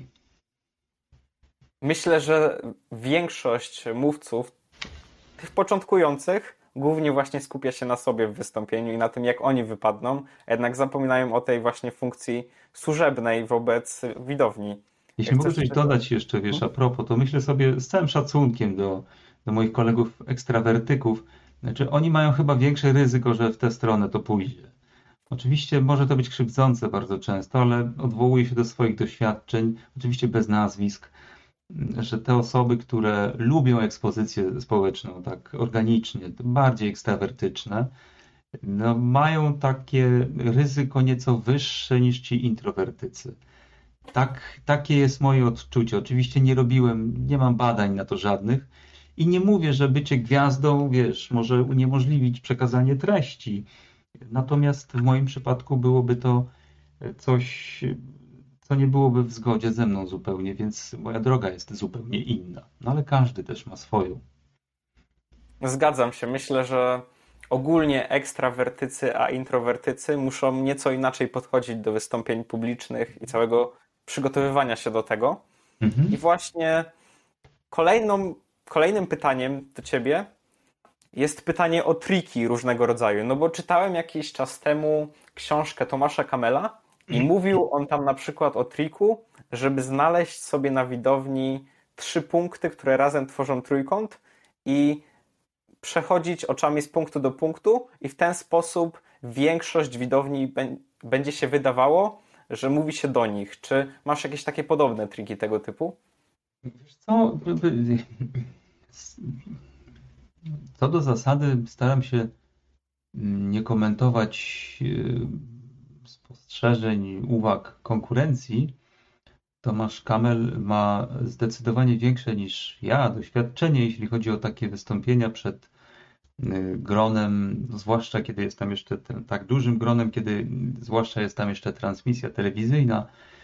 Myślę, że większość mówców, tych początkujących, głównie właśnie skupia się na sobie w wystąpieniu i na tym, jak oni wypadną, a jednak zapominają o tej właśnie funkcji służebnej wobec widowni. Jeśli mogę Chcesz coś dodać jeszcze, wiesz, a propos, to myślę sobie z całym szacunkiem do moich kolegów ekstrawertyków, znaczy oni mają chyba większe ryzyko, że w tę stronę to pójdzie. Oczywiście może to być krzywdzące bardzo często, ale odwołuję się do swoich doświadczeń, oczywiście bez nazwisk, że te osoby, które lubią ekspozycję społeczną tak organicznie, bardziej ekstrawertyczne, no, mają takie ryzyko nieco wyższe niż ci introwertycy. Takie jest moje odczucie. Oczywiście nie mam badań na to żadnych i nie mówię, że bycie gwiazdą, wiesz, może uniemożliwić przekazanie treści. Natomiast w moim przypadku byłoby to coś, co nie byłoby w zgodzie ze mną zupełnie, więc moja droga jest zupełnie inna. No ale każdy też ma swoją. Zgadzam się. Myślę, że ogólnie ekstrawertycy a introwertycy muszą nieco inaczej podchodzić do wystąpień publicznych i całego przygotowywania się do tego. I Mhm. właśnie kolejnym pytaniem do ciebie jest pytanie o triki różnego rodzaju. No bo czytałem jakiś czas temu książkę Tomasza Kamela i mówił on tam na przykład o triku, żeby znaleźć sobie na widowni 3 punkty, które razem tworzą trójkąt i przechodzić oczami z punktu do punktu i w ten sposób większość widowni będzie się wydawało, że mówi się do nich. Czy masz jakieś takie podobne triki tego typu? Wiesz co, co do zasady staram się nie komentować spostrzeżeń, uwag konkurencji. Tomasz Kamel ma zdecydowanie większe niż ja doświadczenie, jeśli chodzi o takie wystąpienia przed gronem, zwłaszcza kiedy jest tam jeszcze tak dużym gronem, kiedy zwłaszcza jest tam jeszcze transmisja telewizyjna.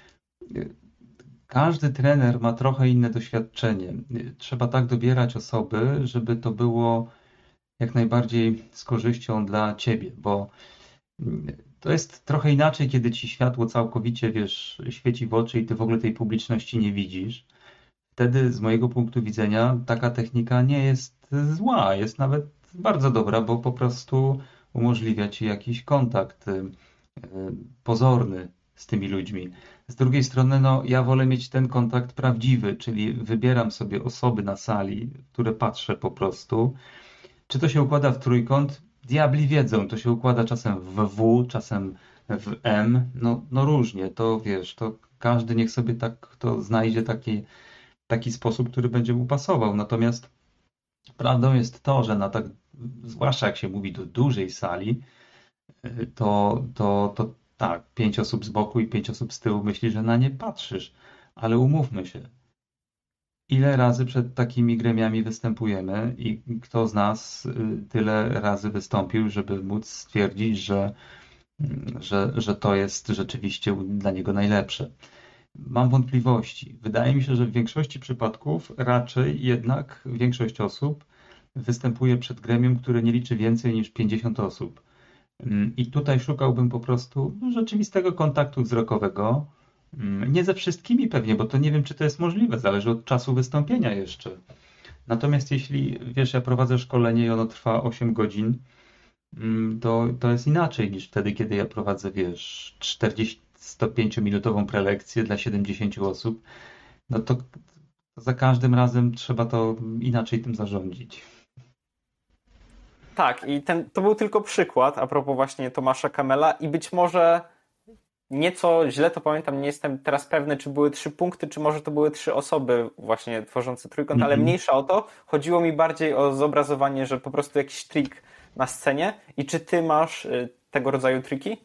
Każdy trener ma trochę inne doświadczenie. Trzeba tak dobierać osoby, żeby to było jak najbardziej z korzyścią dla ciebie, bo to jest trochę inaczej, kiedy ci światło całkowicie, wiesz, świeci w oczy i ty w ogóle tej publiczności nie widzisz. Wtedy z mojego punktu widzenia taka technika nie jest zła, jest nawet bardzo dobra, bo po prostu umożliwia ci jakiś kontakt pozorny z tymi ludźmi. Z drugiej strony, no, ja wolę mieć ten kontakt prawdziwy, czyli wybieram sobie osoby na sali, które patrzę po prostu. Czy to się układa w trójkąt? Diabli wiedzą, to się układa czasem w W, czasem w M, no różnie, to wiesz, to każdy niech sobie tak to znajdzie taki sposób, który będzie mu pasował. Natomiast prawdą jest to, że na tak, zwłaszcza jak się mówi do dużej sali, to tak, 5 osób z boku i 5 osób z tyłu myśli, że na nie patrzysz. Ale umówmy się, ile razy przed takimi gremiami występujemy i kto z nas tyle razy wystąpił, żeby móc stwierdzić, że to jest rzeczywiście dla niego najlepsze. Mam wątpliwości. Wydaje mi się, że w większości przypadków raczej jednak większość osób występuje przed gremium, które nie liczy więcej niż 50 osób. I tutaj szukałbym po prostu rzeczywistego kontaktu wzrokowego. Nie ze wszystkimi pewnie, bo to nie wiem, czy to jest możliwe, zależy od czasu wystąpienia jeszcze. Natomiast jeśli, wiesz, ja prowadzę szkolenie i ono trwa 8 godzin, to jest inaczej niż wtedy, kiedy ja prowadzę, wiesz, 45-minutową prelekcję dla 70 osób. No to za każdym razem trzeba to inaczej tym zarządzić. Tak, i to był tylko przykład a propos właśnie Tomasza Kamela i być może nieco źle to pamiętam, nie jestem teraz pewny, czy były 3 punkty, czy może to były 3 osoby właśnie tworzące trójkąt, ale mniejsza o to. Chodziło mi bardziej o zobrazowanie, że po prostu jakiś trik na scenie. I czy ty masz tego rodzaju triki?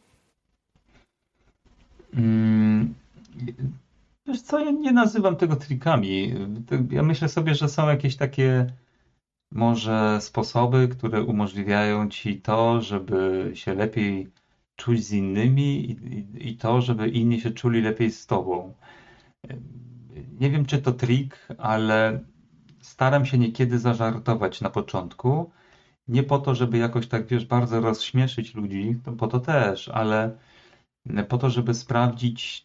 Mm, Wiesz co, ja nie nazywam tego trikami. Ja myślę sobie, że są jakieś takie może sposoby, które umożliwiają ci to, żeby się lepiej czuć z innymi i to, żeby inni się czuli lepiej z tobą. Nie wiem, czy to trik, ale staram się niekiedy zażartować na początku. Nie po to, żeby jakoś tak, wiesz, bardzo rozśmieszyć ludzi, to po to też, ale po to, żeby sprawdzić,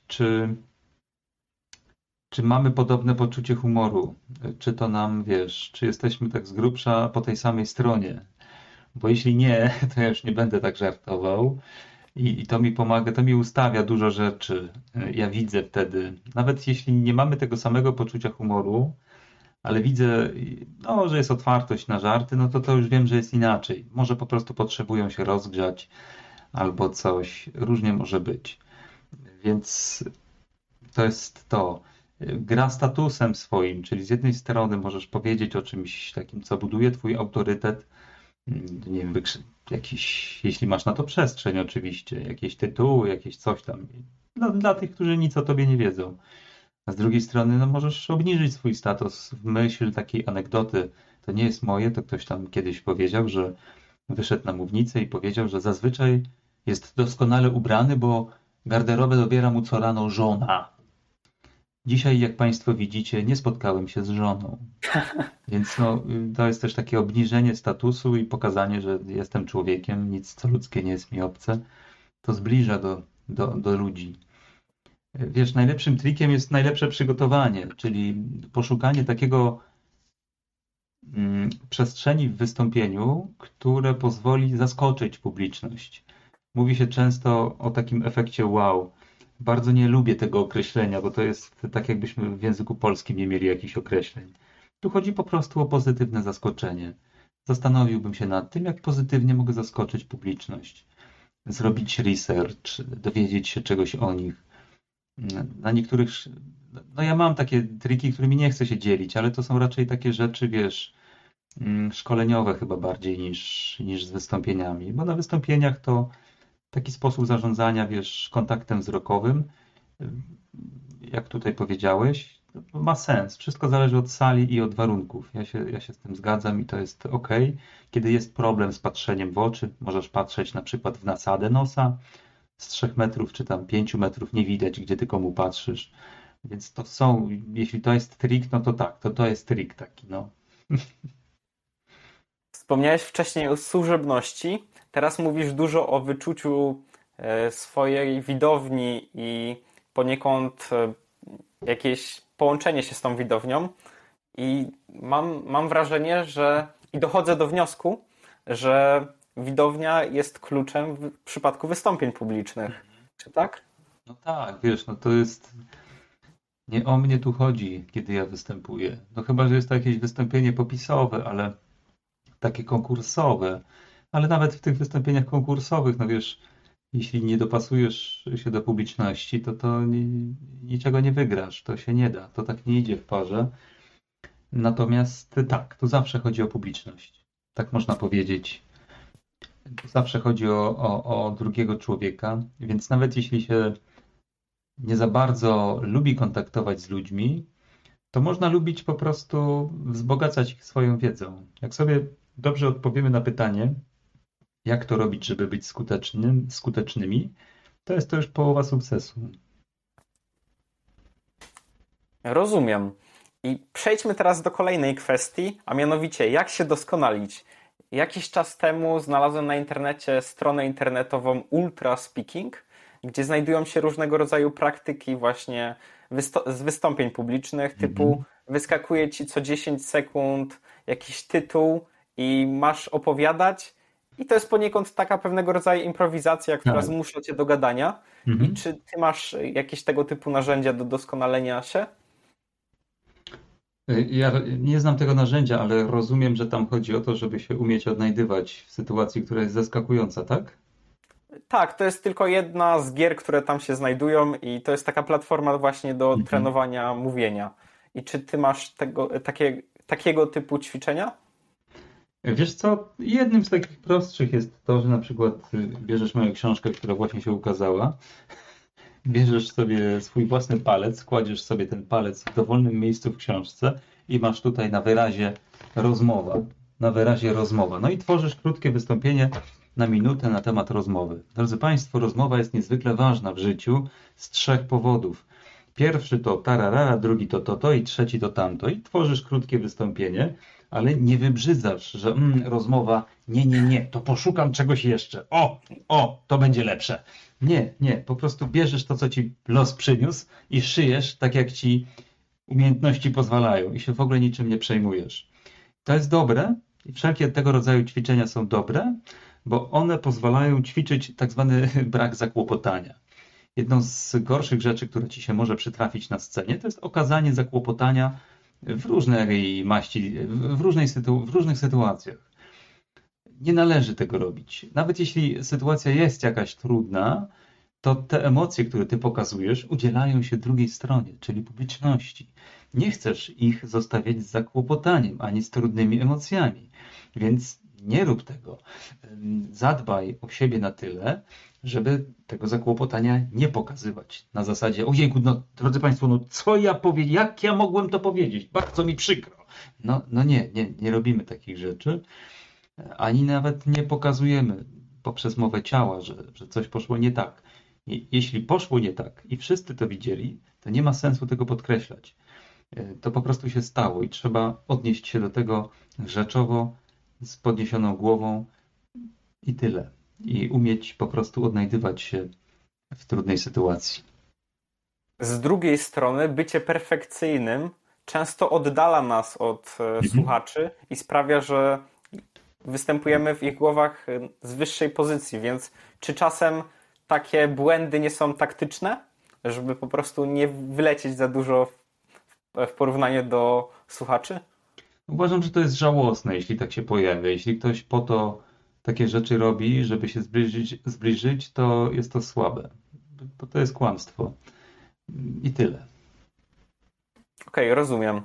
czy mamy podobne poczucie humoru, czy to nam, wiesz, czy jesteśmy tak z grubsza po tej samej stronie. Bo jeśli nie, to ja już nie będę tak żartował i to mi pomaga, to mi ustawia dużo rzeczy. Ja widzę wtedy, nawet jeśli nie mamy tego samego poczucia humoru, ale widzę, no, że jest otwartość na żarty, no to już wiem, że jest inaczej. Może po prostu potrzebują się rozgrzać albo coś. Różnie może być. Więc to jest to. Gra statusem swoim, czyli z jednej strony możesz powiedzieć o czymś takim, co buduje twój autorytet, nie wiem, jakiś, jeśli masz na to przestrzeń oczywiście, jakieś tytuły, jakieś coś tam, dla tych, którzy nic o tobie nie wiedzą. A z drugiej strony, no możesz obniżyć swój status w myśl takiej anegdoty. To nie jest moje, to ktoś tam kiedyś powiedział, że wyszedł na mównicę i powiedział, że zazwyczaj jest doskonale ubrany, bo garderobę dobiera mu co rano żona. Dzisiaj, jak Państwo widzicie, nie spotkałem się z żoną. Więc no, to jest też takie obniżenie statusu i pokazanie, że jestem człowiekiem, nic co ludzkie nie jest mi obce. To zbliża do ludzi. Wiesz, najlepszym trikiem jest najlepsze przygotowanie, czyli poszukanie takiego przestrzeni w wystąpieniu, które pozwoli zaskoczyć publiczność. Mówi się często o takim efekcie wow. Bardzo nie lubię tego określenia, bo to jest tak, jakbyśmy w języku polskim nie mieli jakichś określeń. Tu chodzi po prostu o pozytywne zaskoczenie. Zastanowiłbym się nad tym, jak pozytywnie mogę zaskoczyć publiczność. Zrobić research, dowiedzieć się czegoś o nich. Na niektórych, no ja mam takie triki, którymi nie chcę się dzielić, ale to są raczej takie rzeczy, wiesz, szkoleniowe chyba bardziej niż z wystąpieniami, bo na wystąpieniach to taki sposób zarządzania, wiesz, kontaktem wzrokowym, jak tutaj powiedziałeś, ma sens. Wszystko zależy od sali i od warunków. Ja się z tym zgadzam i to jest ok. Kiedy jest problem z patrzeniem w oczy, możesz patrzeć na przykład w nasadę nosa z 3 metrów czy tam 5 metrów, nie widać, gdzie ty komu patrzysz. Więc to są, jeśli to jest trik, no to tak, to jest trik taki, no. Wspomniałeś wcześniej o służebności. Teraz mówisz dużo o wyczuciu swojej widowni i poniekąd jakieś połączenie się z tą widownią. I mam wrażenie, że i dochodzę do wniosku, że widownia jest kluczem w przypadku wystąpień publicznych. Czy tak? No tak, wiesz, no to jest, nie o mnie tu chodzi, kiedy ja występuję. No chyba, że jest to jakieś wystąpienie popisowe, ale takie konkursowe. Ale nawet w tych wystąpieniach konkursowych, no wiesz, jeśli nie dopasujesz się do publiczności, to niczego nie wygrasz. To się nie da. To tak nie idzie w parze. Natomiast tak, tu zawsze chodzi o publiczność. Tak można powiedzieć. Tu zawsze chodzi o drugiego człowieka, więc nawet jeśli się nie za bardzo lubi kontaktować z ludźmi, to można lubić po prostu wzbogacać ich swoją wiedzą. Jak sobie dobrze odpowiemy na pytanie, jak to robić, żeby być skutecznymi, to jest to już połowa sukcesu. Rozumiem. I przejdźmy teraz do kolejnej kwestii, a mianowicie jak się doskonalić. Jakiś czas temu znalazłem na internecie stronę internetową Ultra Speaking, gdzie znajdują się różnego rodzaju praktyki właśnie z wystąpień publicznych, typu wyskakuje ci co 10 sekund jakiś tytuł i masz opowiadać i to jest poniekąd taka pewnego rodzaju improwizacja, która Tak. zmusza cię do gadania. I czy ty masz jakieś tego typu narzędzia do doskonalenia się? Ja nie znam tego narzędzia, ale rozumiem, że tam chodzi o to, żeby się umieć odnajdywać w sytuacji, która jest zaskakująca, tak? Tak, to jest tylko jedna z gier, które tam się znajdują i to jest taka platforma właśnie do trenowania mówienia. I czy ty masz takiego typu ćwiczenia? Wiesz co, jednym z takich prostszych jest to, że na przykład bierzesz moją książkę, która właśnie się ukazała, bierzesz sobie swój własny palec, kładziesz sobie ten palec w dowolnym miejscu w książce i masz tutaj na wyrazie rozmowa. Na wyrazie rozmowa. No i tworzysz krótkie wystąpienie na minutę na temat rozmowy. Drodzy Państwo, rozmowa jest niezwykle ważna w życiu z 3 powodów. Pierwszy to tararara, drugi to i trzeci to tamto. I tworzysz krótkie wystąpienie, ale nie wybrzydzasz, że rozmowa, nie, to poszukam czegoś jeszcze. To będzie lepsze. Nie, po prostu bierzesz to, co ci los przyniósł i szyjesz tak, jak ci umiejętności pozwalają i się w ogóle niczym nie przejmujesz. To jest dobre i wszelkie tego rodzaju ćwiczenia są dobre, bo one pozwalają ćwiczyć tak zwany brak zakłopotania. Jedną z gorszych rzeczy, która ci się może przytrafić na scenie, to jest okazanie zakłopotania w różnej maści, w różnych sytuacjach. Nie należy tego robić. Nawet jeśli sytuacja jest jakaś trudna, to te emocje, które ty pokazujesz, udzielają się drugiej stronie, czyli publiczności. Nie chcesz ich zostawiać z zakłopotaniem, ani z trudnymi emocjami, więc nie rób tego. Zadbaj o siebie na tyle, żeby tego zakłopotania nie pokazywać. Na zasadzie, ojejku, no drodzy Państwo, no co ja powiem, jak ja mogłem to powiedzieć? Bardzo mi przykro. No nie robimy takich rzeczy, ani nawet nie pokazujemy poprzez mowę ciała, że coś poszło nie tak. Jeśli poszło nie tak i wszyscy to widzieli, to nie ma sensu tego podkreślać. To po prostu się stało i trzeba odnieść się do tego rzeczowo, z podniesioną głową i tyle. I umieć po prostu odnajdywać się w trudnej sytuacji. Z drugiej strony, bycie perfekcyjnym często oddala nas od słuchaczy i sprawia, że występujemy w ich głowach z wyższej pozycji, więc czy czasem takie błędy nie są taktyczne, żeby po prostu nie wylecieć za dużo w porównaniu do słuchaczy? Uważam, że to jest żałosne, jeśli tak się pojawia. Jeśli ktoś po to takie rzeczy robi, żeby się zbliżyć, to jest to słabe. To jest kłamstwo. I tyle. Okej, rozumiem.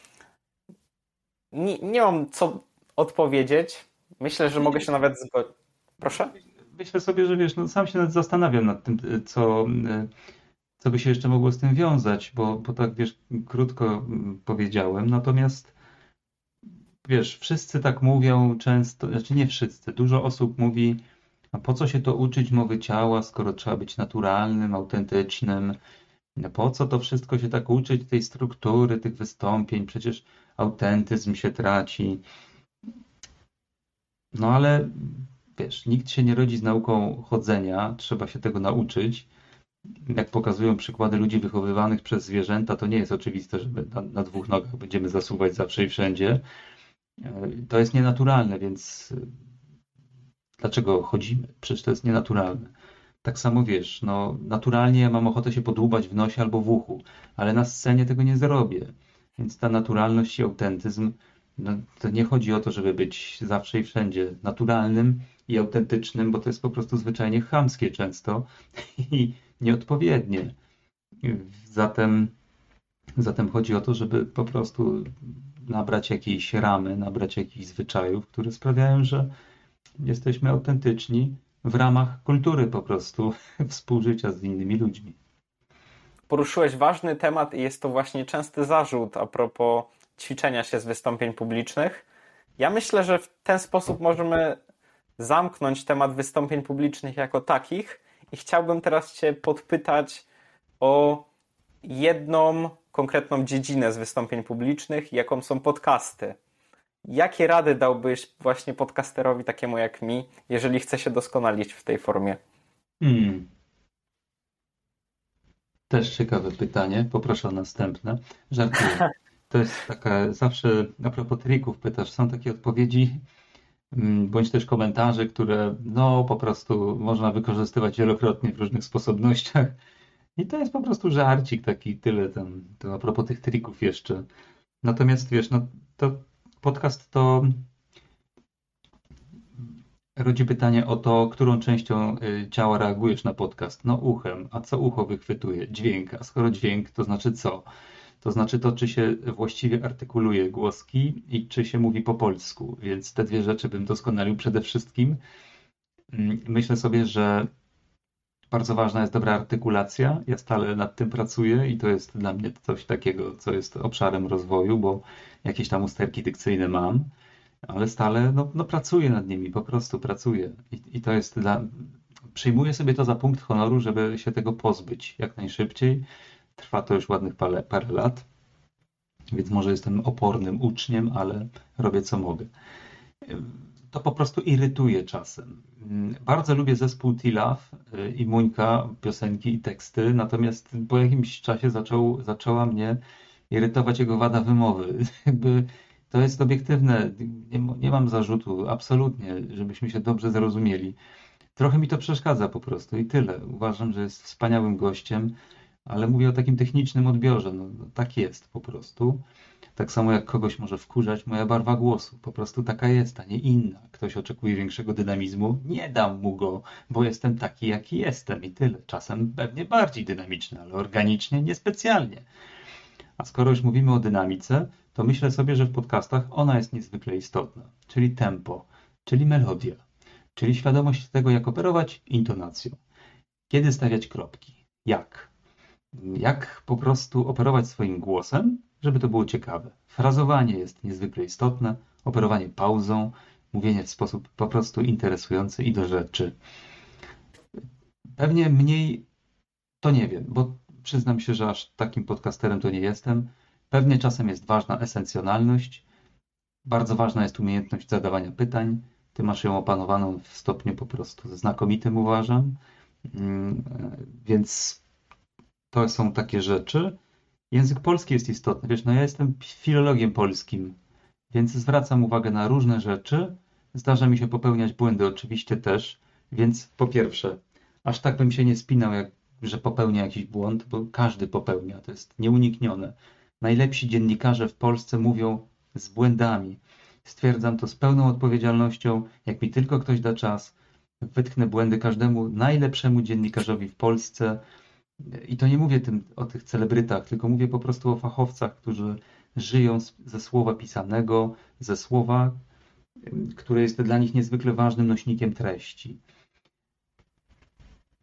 Nie mam co odpowiedzieć. Myślę, że mogę się nawet zgodzić. Proszę? Myślę sobie, że wiesz, no sam się nawet zastanawiam nad tym, co by się jeszcze mogło z tym wiązać, bo tak wiesz, krótko powiedziałem, natomiast wiesz, wszyscy tak mówią często, znaczy nie wszyscy, dużo osób mówi, a po co się to uczyć mowy ciała, skoro trzeba być naturalnym, autentycznym, no po co to wszystko się tak uczyć, tej struktury, tych wystąpień, przecież autentyzm się traci. No ale wiesz, nikt się nie rodzi z nauką chodzenia, trzeba się tego nauczyć. Jak pokazują przykłady ludzi wychowywanych przez zwierzęta, to nie jest oczywiste, że my na dwóch nogach będziemy zasuwać zawsze i wszędzie. To jest nienaturalne, więc dlaczego chodzimy? Przecież to jest nienaturalne. Tak samo wiesz, no naturalnie ja mam ochotę się podłubać w nosie albo w uchu, ale na scenie tego nie zrobię. Więc ta naturalność i autentyzm, no, to nie chodzi o to, żeby być zawsze i wszędzie naturalnym i autentycznym, bo to jest po prostu zwyczajnie chamskie często i nieodpowiednie. Zatem, zatem chodzi o to, żeby po prostu nabrać jakiejś ramy, nabrać jakichś zwyczajów, które sprawiają, że jesteśmy autentyczni w ramach kultury po prostu współżycia z innymi ludźmi. Poruszyłeś ważny temat i jest to właśnie częsty zarzut a propos ćwiczenia się z wystąpień publicznych. Ja myślę, że w ten sposób możemy zamknąć temat wystąpień publicznych jako takich i chciałbym teraz Cię podpytać o jedną konkretną dziedzinę z wystąpień publicznych, jaką są podcasty. Jakie rady dałbyś właśnie podcasterowi takiemu jak mi, jeżeli chce się doskonalić w tej formie? Hmm. Też ciekawe pytanie, poproszę o następne. Żartuję. To jest taka, zawsze a propos trików pytasz, są takie odpowiedzi, bądź też komentarze, które no po prostu można wykorzystywać wielokrotnie w różnych sposobnościach. I to jest po prostu żarcik taki, tyle tam, to a propos tych trików jeszcze. Natomiast wiesz, no to podcast to rodzi pytanie o to, którą częścią ciała reagujesz na podcast. No uchem, a co ucho wychwytuje? Dźwięk, a skoro dźwięk, to znaczy co? To znaczy to, czy się właściwie artykuluje głoski i czy się mówi po polsku. Więc te dwie rzeczy bym doskonalił przede wszystkim. Myślę sobie, że bardzo ważna jest dobra artykulacja. Ja stale nad tym pracuję i to jest dla mnie coś takiego, co jest obszarem rozwoju, bo jakieś tam usterki dykcyjne mam, ale stale no pracuję nad nimi, po prostu pracuję. I to jest przyjmuję sobie to za punkt honoru, żeby się tego pozbyć jak najszybciej. Trwa to już ładnych parę lat, więc może jestem opornym uczniem, ale robię co mogę. To po prostu irytuje czasem. Bardzo lubię zespół Tilaf i Muńka, piosenki i teksty, natomiast po jakimś czasie zaczęła mnie irytować jego wada wymowy. Jakby to jest obiektywne, nie mam zarzutu, absolutnie, żebyśmy się dobrze zrozumieli. Trochę mi to przeszkadza po prostu i tyle. Uważam, że jest wspaniałym gościem, ale mówię o takim technicznym odbiorze. No, tak jest po prostu. Tak samo jak kogoś może wkurzać moja barwa głosu. Po prostu taka jest, a nie inna. Ktoś oczekuje większego dynamizmu. Nie dam mu go, bo jestem taki, jaki jestem i tyle. Czasem pewnie bardziej dynamiczny, ale organicznie niespecjalnie. A skoro już mówimy o dynamice, to myślę sobie, że w podcastach ona jest niezwykle istotna. Czyli tempo, czyli melodia, czyli świadomość tego, jak operować intonacją. Kiedy stawiać kropki? Jak po prostu operować swoim głosem, żeby to było ciekawe. Frazowanie jest niezwykle istotne, operowanie pauzą, mówienie w sposób po prostu interesujący i do rzeczy. Pewnie mniej, to nie wiem, bo przyznam się, że aż takim podcasterem to nie jestem. Pewnie czasem jest ważna esencjonalność, bardzo ważna jest umiejętność zadawania pytań. Ty masz ją opanowaną w stopniu po prostu znakomitym, uważam. Więc to są takie rzeczy. Język polski jest istotny. Wiesz, no ja jestem filologiem polskim, więc zwracam uwagę na różne rzeczy. Zdarza mi się popełniać błędy oczywiście też, więc po pierwsze, aż tak bym się nie spinał, że popełnia jakiś błąd, bo każdy popełnia, to jest nieuniknione. Najlepsi dziennikarze w Polsce mówią z błędami. Stwierdzam to z pełną odpowiedzialnością. Jak mi tylko ktoś da czas, wytknę błędy każdemu najlepszemu dziennikarzowi w Polsce. I to nie mówię o tych celebrytach, tylko mówię po prostu o fachowcach, którzy żyją ze słowa pisanego, ze słowa, które jest dla nich niezwykle ważnym nośnikiem treści.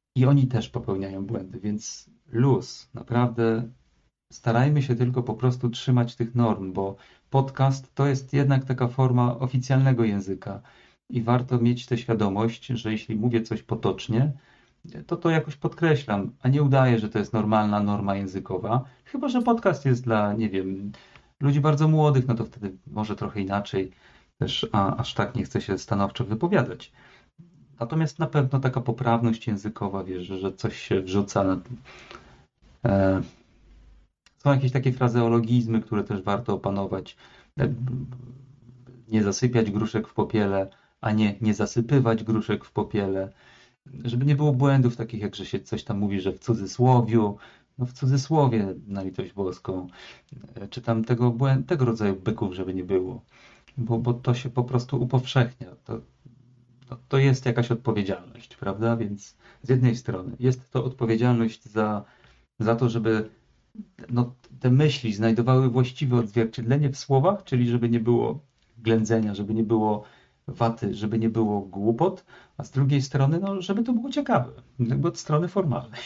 i oni też popełniają błędy, więc luz, naprawdę starajmy się tylko po prostu trzymać tych norm, bo podcast to jest jednak taka forma oficjalnego języka i warto mieć tę świadomość, że jeśli mówię coś potocznie, to jakoś podkreślam, a nie udaję, że to jest normalna norma językowa. Chyba że podcast jest dla, nie wiem, ludzi bardzo młodych, no to wtedy może trochę inaczej też, aż tak nie chcę się stanowczo wypowiadać. Natomiast na pewno taka poprawność językowa, wiesz, że coś się wrzuca na... E, Są jakieś takie frazeologizmy, które też warto opanować. E, Nie zasypiać gruszek w popiele, a nie zasypywać gruszek w popiele. Żeby nie było błędów takich, jak że się coś tam mówi, że w cudzysłowiu, no w cudzysłowie na litość boską, czy tam tego rodzaju byków, żeby nie było, bo to się po prostu upowszechnia. To jest jakaś odpowiedzialność, prawda? Więc z jednej strony jest to odpowiedzialność za to, żeby no, te myśli znajdowały właściwe odzwierciedlenie w słowach, czyli żeby nie było ględzenia, żeby nie było waty, żeby nie było głupot, a z drugiej strony, no, żeby to było ciekawe, jakby od strony formalnej.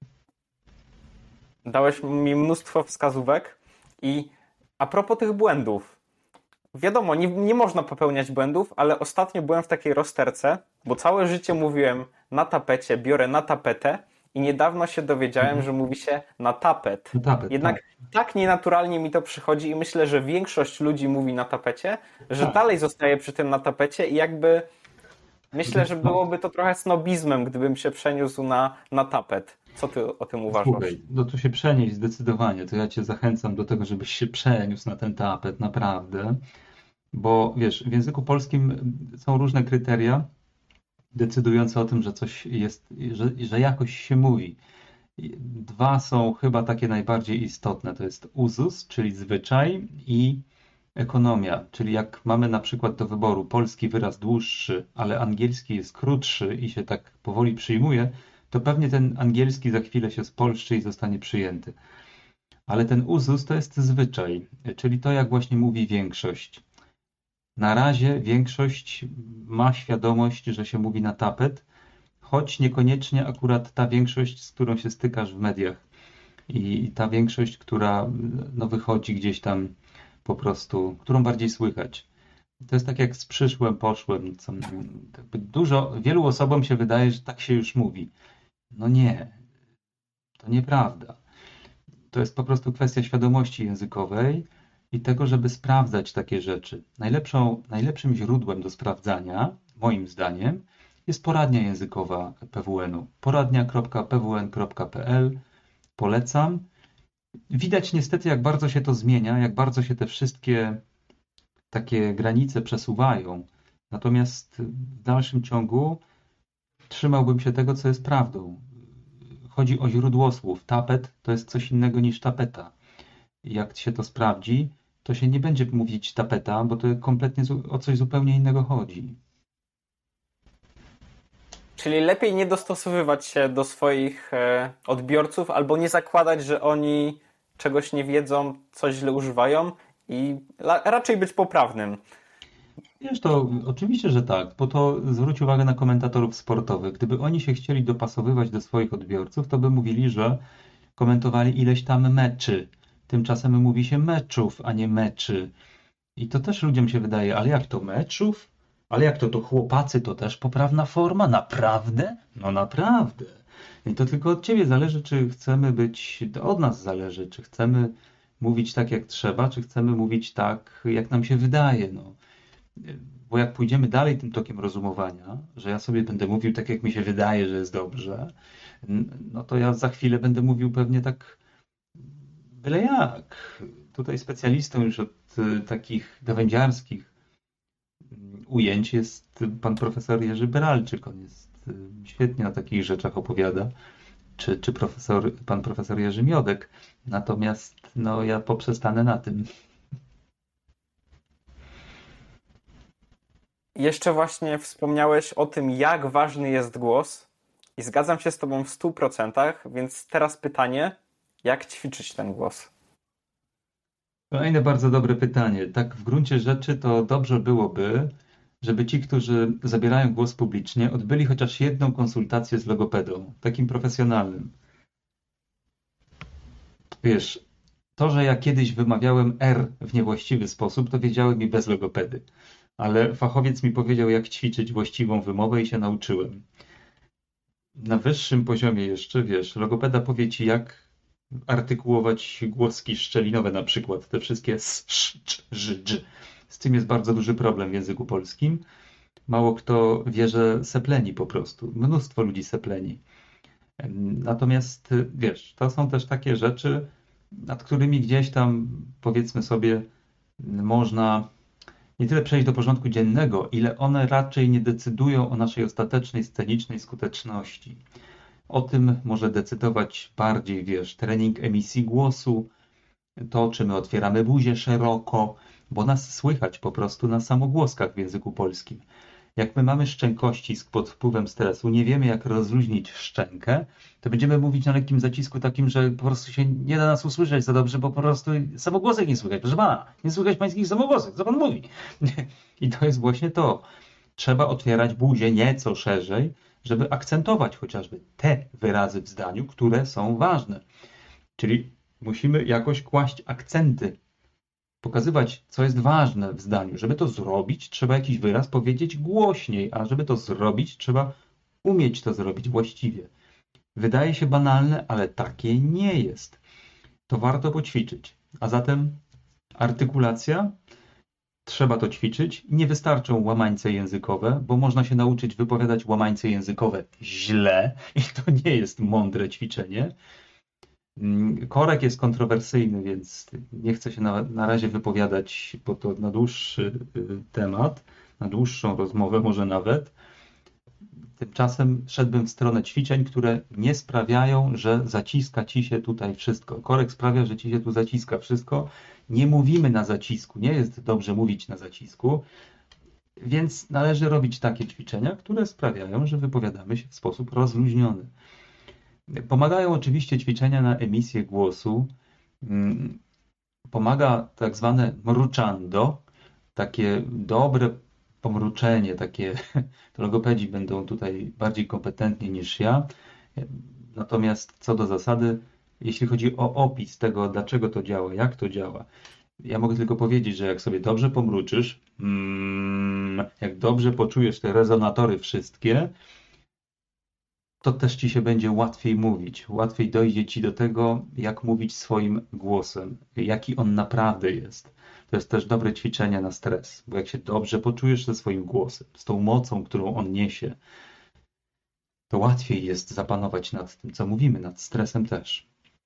Dałeś mi mnóstwo wskazówek i a propos tych błędów. Wiadomo, nie można popełniać błędów, ale ostatnio byłem w takiej rozterce, bo całe życie mówiłem na tapecie, biorę na tapetę i niedawno się dowiedziałem, że mówi się na tapet. No tapet, Jednak tak nienaturalnie mi to przychodzi i myślę, że większość ludzi mówi na tapecie, że dalej zostaje przy tym na tapecie i jakby myślę, że byłoby to trochę snobizmem, gdybym się przeniósł na tapet. Co ty o tym uważasz? Słuchaj, no to się przenieść zdecydowanie, to ja cię zachęcam do tego, żebyś się przeniósł na ten tapet, naprawdę, bo wiesz, w języku polskim są różne kryteria decydujące o tym, że coś jest, że jakoś się mówi. Dwa są chyba takie najbardziej istotne. To jest uzus, czyli zwyczaj, i ekonomia, czyli jak mamy na przykład do wyboru polski wyraz dłuższy, ale angielski jest krótszy i się tak powoli przyjmuje, to pewnie ten angielski za chwilę się spolszczy i zostanie przyjęty. Ale ten uzus to jest zwyczaj, czyli to, jak właśnie mówi większość. Na razie większość ma świadomość, że się mówi na tapet, choć niekoniecznie akurat ta większość, z którą się stykasz w mediach i ta większość, która no, wychodzi gdzieś tam po prostu, którą bardziej słychać. To jest tak jak z przyszłem, poszłem. Wielu osobom się wydaje, że tak się już mówi. No nie, to nieprawda. To jest po prostu kwestia świadomości językowej i tego, żeby sprawdzać takie rzeczy. Najlepszym źródłem do sprawdzania, moim zdaniem, jest poradnia językowa PWN-u. Poradnia.pwn.pl. Polecam. Widać niestety, jak bardzo się to zmienia, jak bardzo się te wszystkie takie granice przesuwają. Natomiast w dalszym ciągu trzymałbym się tego, co jest prawdą. Chodzi o źródło słów. Tapet to jest coś innego niż tapeta. Jak się to sprawdzi, to się nie będzie mówić tapeta, bo to kompletnie o coś zupełnie innego chodzi. Czyli lepiej nie dostosowywać się do swoich odbiorców albo nie zakładać, że oni czegoś nie wiedzą, coś źle używają i raczej być poprawnym. Wiesz, to oczywiście, że tak, bo to zwróć uwagę na komentatorów sportowych. Gdyby oni się chcieli dopasowywać do swoich odbiorców, to by mówili, że komentowali ileś tam meczy. Tymczasem mówi się meczów, a nie meczy. I to też ludziom się wydaje, ale jak to meczów? Ale jak to chłopacy, to też poprawna forma? Naprawdę? No naprawdę. I to tylko od ciebie zależy, czy chcemy być, to od nas zależy, czy chcemy mówić tak jak trzeba, czy chcemy mówić tak, jak nam się wydaje. No. Bo jak pójdziemy dalej tym tokiem rozumowania, że ja sobie będę mówił tak, jak mi się wydaje, że jest dobrze, no to ja za chwilę będę mówił pewnie tak byle jak. Tutaj specjalistą już od takich gawędziarskich ujęć jest pan profesor Jerzy Beralczyk. On jest świetnie o takich rzeczach opowiada. Czy pan profesor Jerzy Miodek. Natomiast no, ja poprzestanę na tym. Jeszcze właśnie wspomniałeś o tym, jak ważny jest głos i zgadzam się z tobą w 100%, więc teraz pytanie, jak ćwiczyć ten głos? Kolejne bardzo dobre pytanie. Tak w gruncie rzeczy to dobrze byłoby, żeby ci, którzy zabierają głos publicznie, odbyli chociaż jedną konsultację z logopedą, takim profesjonalnym. Wiesz, to, że ja kiedyś wymawiałem R w niewłaściwy sposób, to wiedziałem i bez logopedy. Ale fachowiec mi powiedział, jak ćwiczyć właściwą wymowę i się nauczyłem. Na wyższym poziomie jeszcze, wiesz, logopeda powie ci, jak artykułować głoski szczelinowe na przykład. Te wszystkie s, sz, cz, ż, dż. Z tym jest bardzo duży problem w języku polskim. Mało kto wie, że sepleni po prostu. Mnóstwo ludzi sepleni. Natomiast, wiesz, to są też takie rzeczy, nad którymi gdzieś tam, powiedzmy sobie, można nie tyle przejść do porządku dziennego, ile one raczej nie decydują o naszej ostatecznej scenicznej skuteczności. O tym może decydować bardziej, wiesz, trening emisji głosu, to, czy my otwieramy buzię szeroko, bo nas słychać po prostu na samogłoskach w języku polskim. Jak my mamy szczękości pod wpływem stresu, nie wiemy jak rozluźnić szczękę, to będziemy mówić na lekkim zacisku takim, że po prostu się nie da nas usłyszeć za dobrze, bo po prostu samogłosek nie słychać. Proszę pana, nie słychać pańskich samogłosek, co pan mówi? I to jest właśnie to. Trzeba otwierać buzię nieco szerzej, żeby akcentować chociażby te wyrazy w zdaniu, które są ważne. Czyli musimy jakoś kłaść akcenty, pokazywać, co jest ważne w zdaniu. Żeby to zrobić, trzeba jakiś wyraz powiedzieć głośniej, a żeby to zrobić, trzeba umieć to zrobić właściwie. Wydaje się banalne, ale takie nie jest. To warto poćwiczyć. A zatem artykulacja, trzeba to ćwiczyć. Nie wystarczą łamańce językowe, bo można się nauczyć wypowiadać łamańce językowe źle i to nie jest mądre ćwiczenie. Korek jest kontrowersyjny, więc nie chcę się na razie wypowiadać, bo to na dłuższy temat, na dłuższą rozmowę może nawet. Tymczasem szedłbym w stronę ćwiczeń, które nie sprawiają, że zaciska ci się tutaj wszystko. Korek sprawia, że ci się tu zaciska wszystko. Nie mówimy na zacisku, nie jest dobrze mówić na zacisku, więc należy robić takie ćwiczenia, które sprawiają, że wypowiadamy się w sposób rozluźniony. Pomagają oczywiście ćwiczenia na emisję głosu. Pomaga tak zwane mruczando, takie dobre pomruczenie, takie to logopedzi będą tutaj bardziej kompetentni niż ja. Natomiast co do zasady, jeśli chodzi o opis tego, dlaczego to działa, jak to działa, ja mogę tylko powiedzieć, że jak sobie dobrze pomruczysz, jak dobrze poczujesz te rezonatory wszystkie, to też ci się będzie łatwiej mówić. Łatwiej dojdzie ci do tego, jak mówić swoim głosem, jaki on naprawdę jest. To jest też dobre ćwiczenie na stres, bo jak się dobrze poczujesz ze swoim głosem, z tą mocą, którą on niesie, to łatwiej jest zapanować nad tym, co mówimy, nad stresem też.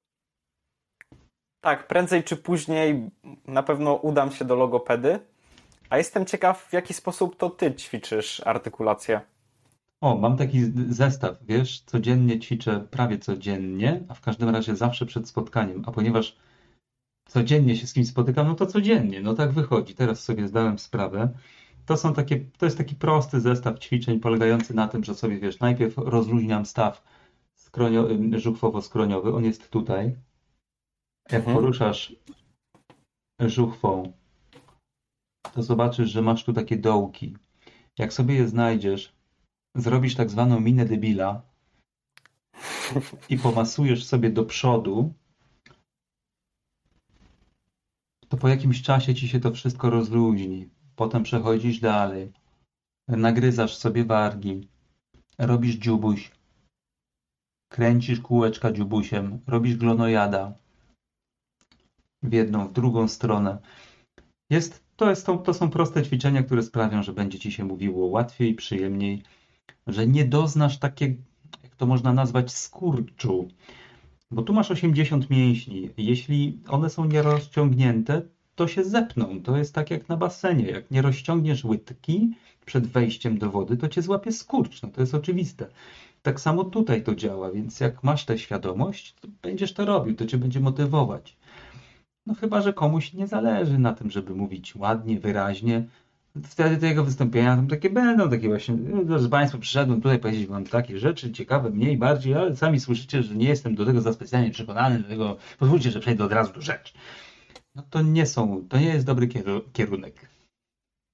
Tak, prędzej czy później na pewno udam się do logopedy, a jestem ciekaw, w jaki sposób to ty ćwiczysz artykulację. O, mam taki zestaw, wiesz, codziennie ćwiczę, prawie codziennie, a w każdym razie zawsze przed spotkaniem, a ponieważ codziennie się z kimś spotykam, no to codziennie, no tak wychodzi. Teraz sobie zdałem sprawę. To jest taki prosty zestaw ćwiczeń polegający na tym, że sobie, wiesz, najpierw rozluźniam staw żuchwowo-skroniowy, on jest tutaj. Jak poruszasz żuchwą, to zobaczysz, że masz tu takie dołki. Jak sobie je znajdziesz, zrobisz tak zwaną minę debila i pomasujesz sobie do przodu, to po jakimś czasie ci się to wszystko rozluźni. Potem przechodzisz dalej, nagryzasz sobie wargi, robisz dziubuś, kręcisz kółeczka dziubusiem, robisz glonojada w jedną, w drugą stronę. To są proste ćwiczenia, które sprawią, że będzie ci się mówiło łatwiej, przyjemniej, że nie doznasz takiego, jak to można nazwać, skurczu. Bo tu masz 80 mięśni. Jeśli one są nierozciągnięte, to się zepną. To jest tak jak na basenie. Jak nie rozciągniesz łydki przed wejściem do wody, to cię złapie skurcz. No to jest oczywiste. Tak samo tutaj to działa, więc jak masz tę świadomość, to będziesz to robił, to cię będzie motywować. No chyba, że komuś nie zależy na tym, żeby mówić ładnie, wyraźnie. Wtedy te jego wystąpienia tam takie będą, takie właśnie, drodzy Państwo, przyszedłem tutaj powiedzieć Wam takie rzeczy, ciekawe mniej, bardziej, ale sami słyszycie, że nie jestem do tego za specjalnie przekonany, dlatego pozwólcie, że przejdę od razu do rzeczy. No to nie jest dobry kierunek.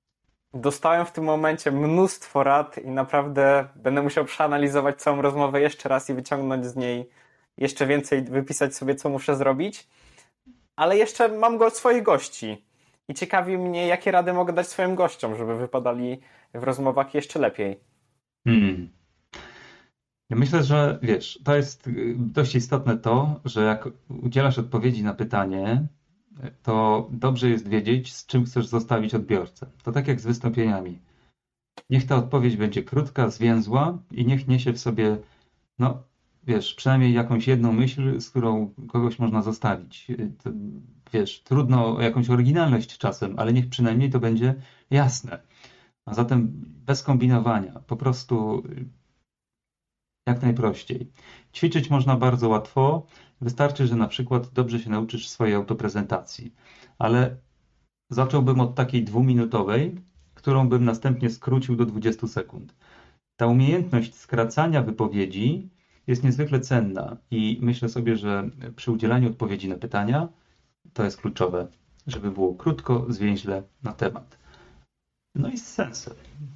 Dostałem w tym momencie mnóstwo rad i naprawdę będę musiał przeanalizować całą rozmowę jeszcze raz i wyciągnąć z niej jeszcze więcej, wypisać sobie, co muszę zrobić. Ale jeszcze mam swoich gości i ciekawi mnie, jakie rady mogę dać swoim gościom, żeby wypadali w rozmowach jeszcze lepiej. Hmm. Ja myślę, że wiesz, to jest dość istotne to, że jak udzielasz odpowiedzi na pytanie, to dobrze jest wiedzieć, z czym chcesz zostawić odbiorcę. To tak jak z wystąpieniami. Niech ta odpowiedź będzie krótka, zwięzła i niech niesie w sobie, no wiesz, przynajmniej jakąś jedną myśl, z którą kogoś można zostawić. To, wiesz, trudno o jakąś oryginalność czasem, ale niech przynajmniej to będzie jasne. A zatem bez kombinowania, po prostu jak najprościej. Ćwiczyć można bardzo łatwo. Wystarczy, że na przykład dobrze się nauczysz swojej autoprezentacji. Ale zacząłbym od takiej 2-minutowej, którą bym następnie skrócił do 20 sekund. Ta umiejętność skracania wypowiedzi jest niezwykle cenna i myślę sobie, że przy udzielaniu odpowiedzi na pytania to jest kluczowe, żeby było krótko, zwięźle na temat. No i z sensem.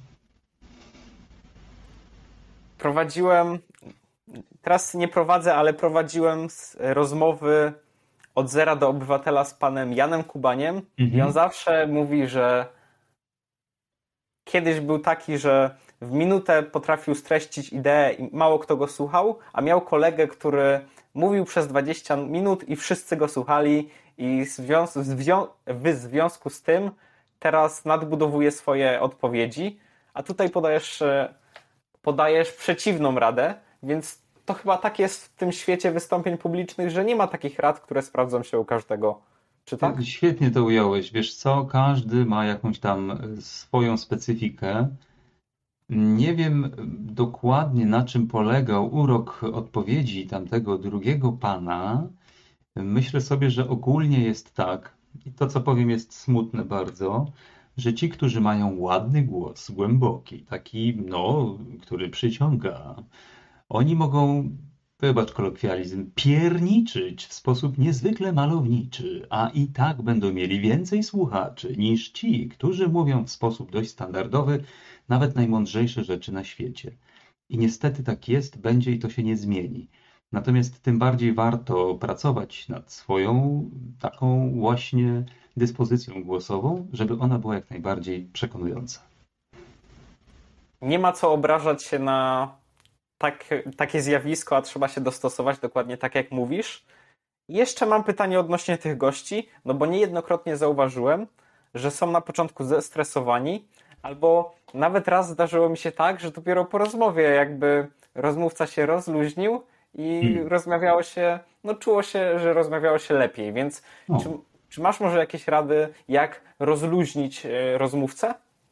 Teraz nie prowadzę, ale prowadziłem rozmowy od zera do obywatela z panem Janem Kubaniem i on zawsze mówi, że kiedyś był taki, że w minutę potrafił streścić ideę i mało kto go słuchał, a miał kolegę, który mówił przez 20 minut i wszyscy go słuchali i w związku z tym teraz nadbudowuje swoje odpowiedzi, a tutaj podajesz przeciwną radę, więc to chyba tak jest w tym świecie wystąpień publicznych, że nie ma takich rad, które sprawdzą się u każdego. Czy tak? Świetnie to ująłeś. Wiesz co, każdy ma jakąś tam swoją specyfikę. Nie wiem dokładnie, na czym polegał urok odpowiedzi tamtego drugiego pana. Myślę sobie, że ogólnie jest tak, i to co powiem jest smutne bardzo, że ci, którzy mają ładny głos, głęboki, taki, no, który przyciąga, oni mogą, wybacz kolokwializm, pierniczyć w sposób niezwykle malowniczy, a i tak będą mieli więcej słuchaczy niż ci, którzy mówią w sposób dość standardowy, nawet najmądrzejsze rzeczy na świecie. I niestety tak jest, będzie i to się nie zmieni. Natomiast tym bardziej warto pracować nad swoją taką właśnie dyspozycją głosową, żeby ona była jak najbardziej przekonująca. Nie ma co obrażać się na takie zjawisko, a trzeba się dostosować dokładnie tak, jak mówisz. Jeszcze mam pytanie odnośnie tych gości, no bo niejednokrotnie zauważyłem, że są na początku zestresowani, albo nawet raz zdarzyło mi się tak, że dopiero po rozmowie jakby rozmówca się rozluźnił i rozmawiało się, no czuło się, że rozmawiało się lepiej, więc czy masz może jakieś rady, jak rozluźnić rozmówcę?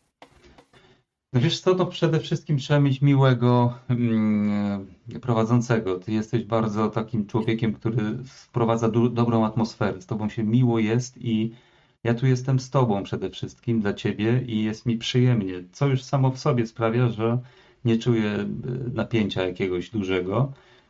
No wiesz co, to przede wszystkim trzeba mieć miłego prowadzącego. Ty jesteś bardzo takim człowiekiem, który wprowadza dobrą atmosferę. Z tobą się miło jest i ja tu jestem z tobą przede wszystkim dla ciebie i jest mi przyjemnie, co już samo w sobie sprawia, że nie czuję napięcia jakiegoś dużego,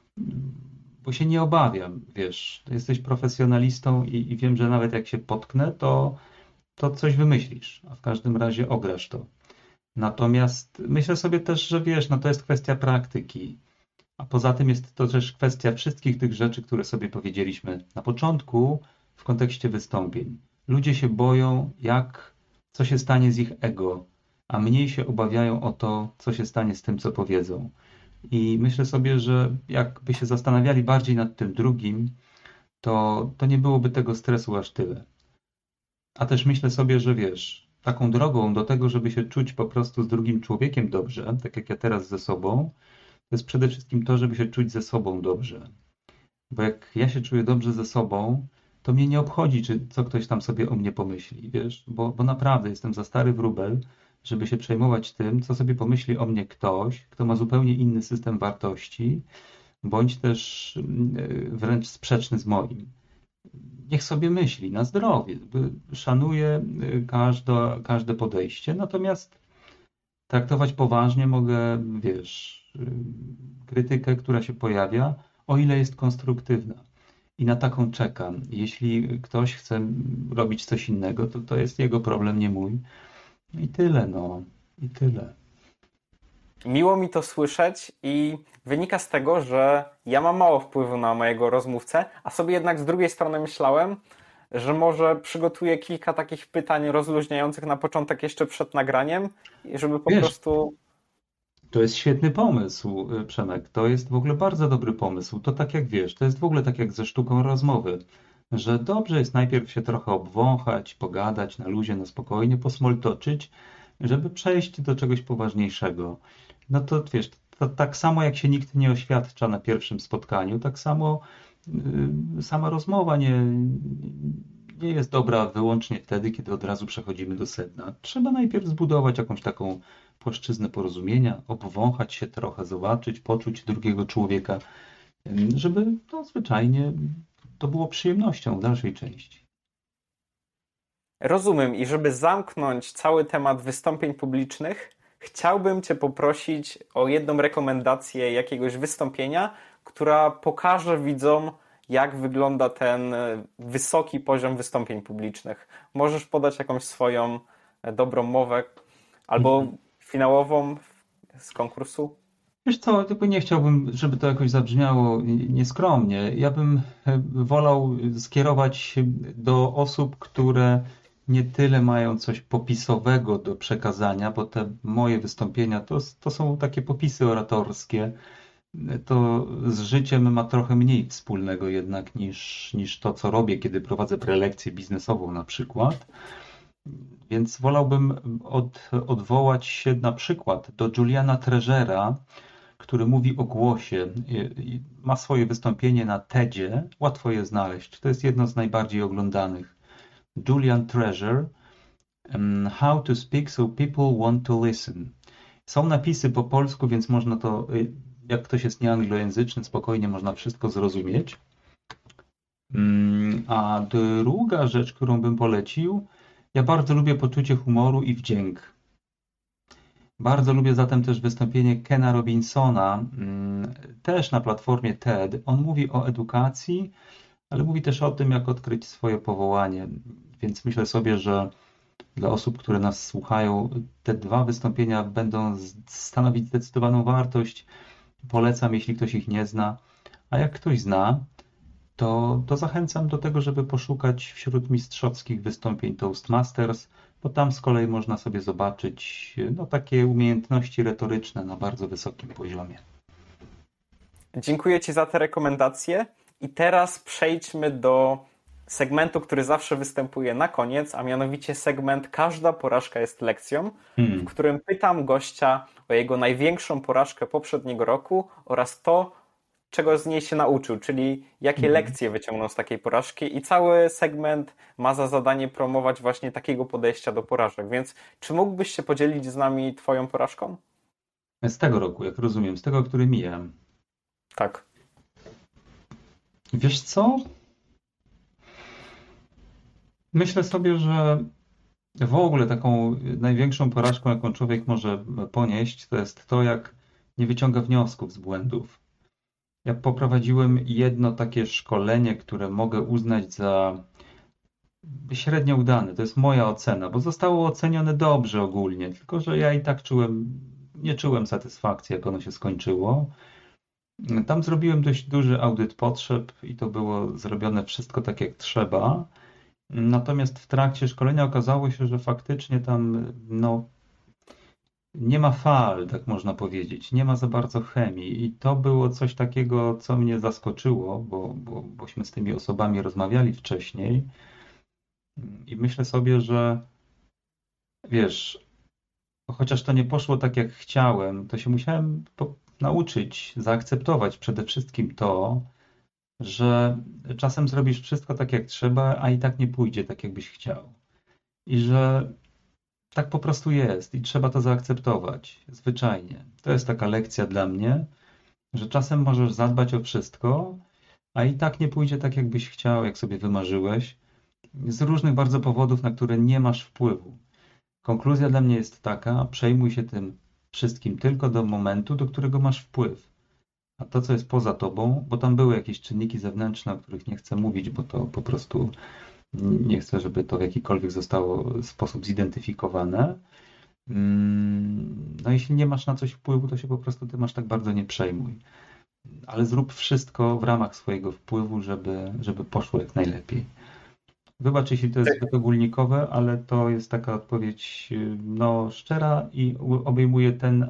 bo się nie obawiam, wiesz. Jesteś profesjonalistą i wiem, że nawet jak się potknę, to coś wymyślisz, a w każdym razie ograsz to. Natomiast myślę sobie też, że wiesz, no to jest kwestia praktyki. A poza tym jest to też kwestia wszystkich tych rzeczy, które sobie powiedzieliśmy na początku w kontekście wystąpień. Ludzie się boją, co się stanie z ich ego, a mniej się obawiają o to, co się stanie z tym, co powiedzą. I myślę sobie, że jakby się zastanawiali bardziej nad tym drugim, to nie byłoby tego stresu aż tyle. A też myślę sobie, że wiesz, taką drogą do tego, żeby się czuć po prostu z drugim człowiekiem dobrze, tak jak ja teraz ze sobą, to jest przede wszystkim to, żeby się czuć ze sobą dobrze. Bo jak ja się czuję dobrze ze sobą, to mnie nie obchodzi, co ktoś tam sobie o mnie pomyśli, wiesz, bo naprawdę jestem za stary wróbel, żeby się przejmować tym, co sobie pomyśli o mnie ktoś, kto ma zupełnie inny system wartości, bądź też wręcz sprzeczny z moim. Niech sobie myśli na zdrowie, szanuję każde podejście, natomiast traktować poważnie mogę, wiesz, krytykę, która się pojawia, o ile jest konstruktywna. I na taką czekam. Jeśli ktoś chce robić coś innego, to jest jego problem, nie mój. I tyle, no. I tyle. Miło mi to słyszeć i wynika z tego, że ja mam mało wpływu na mojego rozmówcę, a sobie jednak z drugiej strony myślałem, że może przygotuję kilka takich pytań rozluźniających na początek jeszcze przed nagraniem, i żeby po Wiesz, prostu... to jest świetny pomysł, Przemek. To jest w ogóle bardzo dobry pomysł. To tak jak wiesz, to jest w ogóle tak jak ze sztuką rozmowy, że dobrze jest najpierw się trochę obwąchać, pogadać na luzie, na spokojnie, posmoltoczyć, żeby przejść do czegoś poważniejszego. No to wiesz, to tak samo jak się nikt nie oświadcza na pierwszym spotkaniu, tak samo sama rozmowa nie jest dobra wyłącznie wtedy, kiedy od razu przechodzimy do sedna. Trzeba najpierw zbudować jakąś taką płaszczyznę porozumienia, obwąchać się trochę, zobaczyć, poczuć drugiego człowieka, żeby no, zwyczajnie to było przyjemnością w dalszej części. Rozumiem, i żeby zamknąć cały temat wystąpień publicznych, chciałbym Cię poprosić o jedną rekomendację jakiegoś wystąpienia, która pokaże widzom, jak wygląda ten wysoki poziom wystąpień publicznych. Możesz podać jakąś swoją dobrą mowę albo finałową z konkursu? Wiesz co, tylko nie chciałbym, żeby to jakoś zabrzmiało nieskromnie. Ja bym wolał skierować się do osób, które nie tyle mają coś popisowego do przekazania, bo te moje wystąpienia to są takie popisy oratorskie. To z życiem ma trochę mniej wspólnego jednak niż to, co robię, kiedy prowadzę prelekcję biznesową na przykład. Więc wolałbym odwołać się na przykład do Juliana Treasera, który mówi o głosie. Ma swoje wystąpienie na TEDzie. Łatwo je znaleźć. To jest jedno z najbardziej oglądanych. Julian Treasure. How to speak so people want to listen. Są napisy po polsku, więc można to, jak ktoś jest nieanglojęzyczny, spokojnie można wszystko zrozumieć. A druga rzecz, którą bym polecił, ja bardzo lubię poczucie humoru i wdzięk. Bardzo lubię zatem też wystąpienie Kena Robinsona, też na platformie TED. On mówi o edukacji, ale mówi też o tym, jak odkryć swoje powołanie. Więc myślę sobie, że dla osób, które nas słuchają, te dwa wystąpienia będą stanowić zdecydowaną wartość. Polecam, jeśli ktoś ich nie zna. A jak ktoś zna, to zachęcam do tego, żeby poszukać wśród mistrzowskich wystąpień Toastmasters, bo tam z kolei można sobie zobaczyć no, takie umiejętności retoryczne na bardzo wysokim poziomie. Dziękuję Ci za te rekomendacje i teraz przejdźmy do segmentu, który zawsze występuje na koniec, a mianowicie segment Każda porażka jest lekcją, w którym pytam gościa o jego największą porażkę poprzedniego roku oraz to, czego z niej się nauczył, czyli jakie lekcje wyciągnął z takiej porażki, i cały segment ma za zadanie promować właśnie takiego podejścia do porażek. Więc czy mógłbyś się podzielić z nami Twoją porażką? Z tego roku, jak rozumiem, z tego, który mija. Tak. Wiesz co? Myślę sobie, że w ogóle taką największą porażką, jaką człowiek może ponieść, to jest to, jak nie wyciąga wniosków z błędów. Ja poprowadziłem jedno takie szkolenie, które mogę uznać za średnio udane. To jest moja ocena, bo zostało ocenione dobrze ogólnie, tylko że ja i tak nie czułem satysfakcji, jak ono się skończyło. Tam zrobiłem dość duży audyt potrzeb i to było zrobione wszystko tak, jak trzeba. Natomiast w trakcie szkolenia okazało się, że faktycznie tam no, nie ma fal, tak można powiedzieć, nie ma za bardzo chemii i to było coś takiego, co mnie zaskoczyło, bośmy z tymi osobami rozmawiali wcześniej i myślę sobie, że wiesz, chociaż to nie poszło tak, jak chciałem, to się musiałem nauczyć, zaakceptować przede wszystkim to, że czasem zrobisz wszystko tak, jak trzeba, a i tak nie pójdzie tak, jakbyś chciał. I że tak po prostu jest i trzeba to zaakceptować, zwyczajnie. To jest taka lekcja dla mnie, że czasem możesz zadbać o wszystko, a i tak nie pójdzie tak, jakbyś chciał, jak sobie wymarzyłeś, z różnych bardzo powodów, na które nie masz wpływu. Konkluzja dla mnie jest taka: przejmuj się tym wszystkim tylko do momentu, do którego masz wpływ. A to, co jest poza tobą, bo tam były jakieś czynniki zewnętrzne, o których nie chcę mówić, bo to po prostu Nie chcę, żeby to w jakikolwiek zostało sposób zidentyfikowane. No jeśli nie masz na coś wpływu, to się po prostu tym aż tak bardzo nie przejmuj. Ale zrób wszystko w ramach swojego wpływu, żeby poszło jak najlepiej. Wybacz, jeśli to jest zbyt ogólnikowe, ale to jest taka odpowiedź no, szczera i obejmuje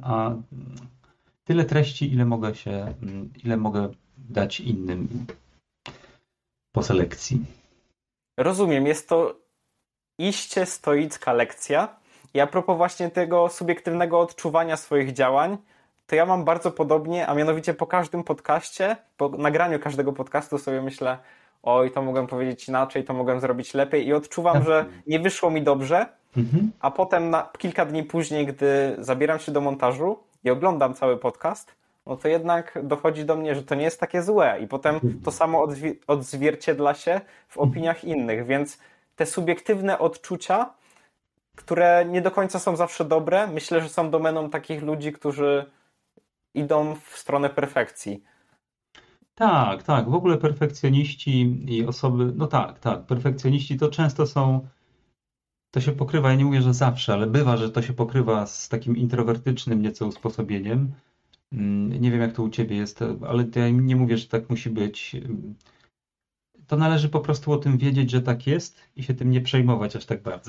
tyle treści, ile mogę dać innym po selekcji. Rozumiem, jest to iście stoicka lekcja. I a propos właśnie tego subiektywnego odczuwania swoich działań, to ja mam bardzo podobnie, a mianowicie po każdym podcaście, po nagraniu każdego podcastu sobie myślę, oj, to mogłem powiedzieć inaczej, to mogłem zrobić lepiej i odczuwam, że nie wyszło mi dobrze, a potem kilka dni później, gdy zabieram się do montażu i oglądam cały podcast, no to jednak dochodzi do mnie, że to nie jest takie złe i potem to samo odzwierciedla się w opiniach innych, więc te subiektywne odczucia, które nie do końca są zawsze dobre, myślę, że są domeną takich ludzi, którzy idą w stronę perfekcji. Tak, tak. W ogóle perfekcjoniści i osoby, no tak, perfekcjoniści to często to się pokrywa, ja nie mówię, że zawsze, ale bywa, że to się pokrywa z takim introwertycznym nieco usposobieniem. Nie wiem, jak to u ciebie jest, ale ja nie mówię, że tak musi być. To należy po prostu o tym wiedzieć, że tak jest i się tym nie przejmować aż tak bardzo.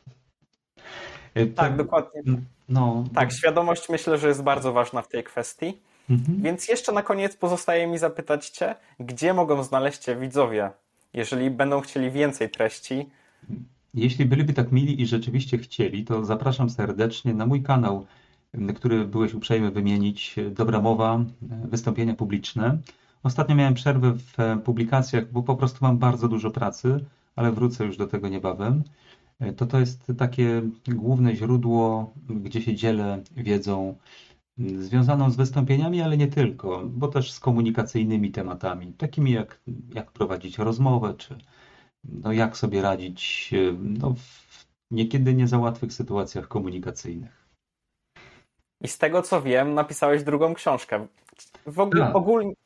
Tak, dokładnie. No, tak, świadomość myślę, że jest bardzo ważna w tej kwestii. Mhm. Więc jeszcze na koniec pozostaje mi zapytać Cię, gdzie mogą znaleźć Cię widzowie, jeżeli będą chcieli więcej treści? Jeśli byliby tak mili i rzeczywiście chcieli, to zapraszam serdecznie na mój kanał, który byłeś uprzejmy wymienić, Dobra Mowa, wystąpienia publiczne. Ostatnio miałem przerwę w publikacjach, bo po prostu mam bardzo dużo pracy, ale wrócę już do tego niebawem. To jest takie główne źródło, gdzie się dzielę wiedzą związaną z wystąpieniami, ale nie tylko, bo też z komunikacyjnymi tematami, takimi jak prowadzić rozmowę, czy no jak sobie radzić no, w niekiedy nie za łatwych sytuacjach komunikacyjnych. I z tego co wiem, napisałeś drugą książkę. Tak.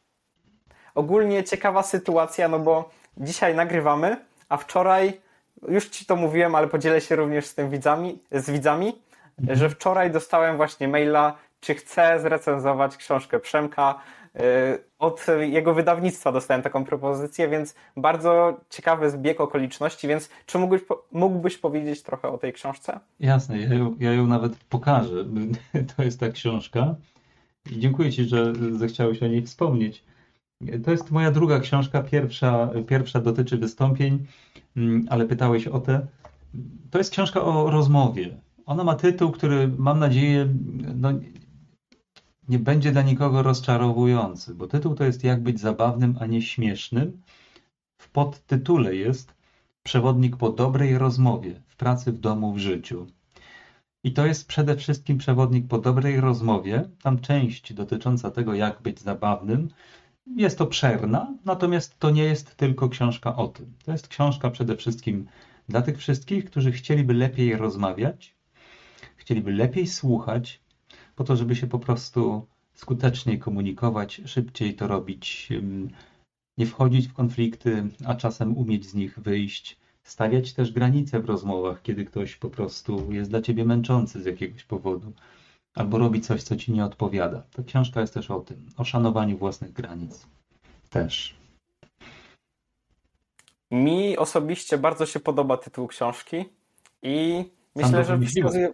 Ogólnie ciekawa sytuacja, no bo dzisiaj nagrywamy, a wczoraj, już Ci to mówiłem, ale podzielę się również z widzami, że wczoraj dostałem właśnie maila, czy chcę zrecenzować książkę Przemka. Od jego wydawnictwa dostałem taką propozycję, więc bardzo ciekawy zbieg okoliczności, więc czy mógłbyś powiedzieć trochę o tej książce? Jasne, ja ją nawet pokażę. To jest ta książka. I dziękuję Ci, że zechciałeś o niej wspomnieć. To jest moja druga książka, pierwsza dotyczy wystąpień, ale pytałeś o te. To jest książka o rozmowie. Ona ma tytuł, który mam nadzieję, no, nie będzie dla nikogo rozczarowujący, bo tytuł to jest Jak być zabawnym, a nie śmiesznym. W podtytule jest Przewodnik po dobrej rozmowie w pracy, w domu, w życiu. I to jest przede wszystkim przewodnik po dobrej rozmowie. Tam część dotycząca tego, jak być zabawnym, jest obszerna, natomiast to nie jest tylko książka o tym. To jest książka przede wszystkim dla tych wszystkich, którzy chcieliby lepiej rozmawiać, chcieliby lepiej słuchać, po to, żeby się po prostu skuteczniej komunikować, szybciej to robić, nie wchodzić w konflikty, a czasem umieć z nich wyjść, stawiać też granice w rozmowach, kiedy ktoś po prostu jest dla ciebie męczący z jakiegoś powodu, albo robi coś, co ci nie odpowiada. Ta książka jest też o tym, o szanowaniu własnych granic. Też. Mi osobiście bardzo się podoba tytuł książki i myślę, że wskazuje...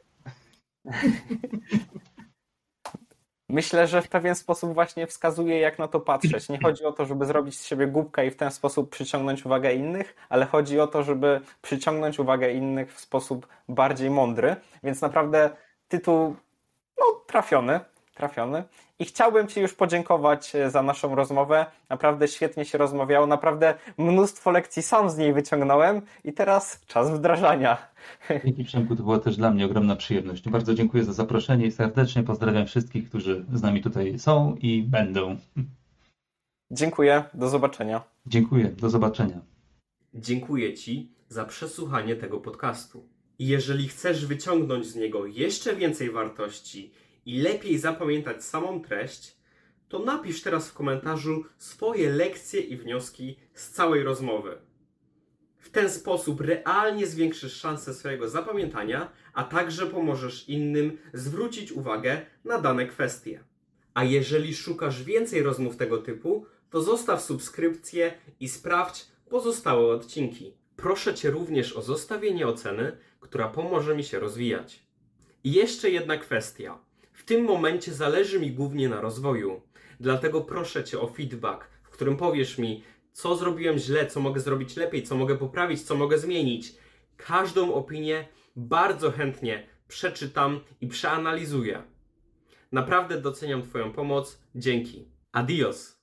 Myślę, że w pewien sposób właśnie wskazuje, jak na to patrzeć. Nie chodzi o to, żeby zrobić z siebie głupka i w ten sposób przyciągnąć uwagę innych, ale chodzi o to, żeby przyciągnąć uwagę innych w sposób bardziej mądry. Więc naprawdę tytuł trafiony. I chciałbym Ci już podziękować za naszą rozmowę. Naprawdę świetnie się rozmawiało. Naprawdę mnóstwo lekcji sam z niej wyciągnąłem i teraz czas wdrażania. Dzięki Przemku, to była też dla mnie ogromna przyjemność. Bardzo dziękuję za zaproszenie i serdecznie pozdrawiam wszystkich, którzy z nami tutaj są i będą. Dziękuję, do zobaczenia. Dziękuję, do zobaczenia. Dziękuję Ci za przesłuchanie tego podcastu. I jeżeli chcesz wyciągnąć z niego jeszcze więcej wartości i lepiej zapamiętać samą treść, to napisz teraz w komentarzu swoje lekcje i wnioski z całej rozmowy. W ten sposób realnie zwiększysz szanse swojego zapamiętania, a także pomożesz innym zwrócić uwagę na dane kwestie. A jeżeli szukasz więcej rozmów tego typu, to zostaw subskrypcję i sprawdź pozostałe odcinki. Proszę Cię również o zostawienie oceny, która pomoże mi się rozwijać. I jeszcze jedna kwestia. W tym momencie zależy mi głównie na rozwoju. Dlatego proszę Cię o feedback, w którym powiesz mi, co zrobiłem źle, co mogę zrobić lepiej, co mogę poprawić, co mogę zmienić. Każdą opinię bardzo chętnie przeczytam i przeanalizuję. Naprawdę doceniam Twoją pomoc. Dzięki. Adios.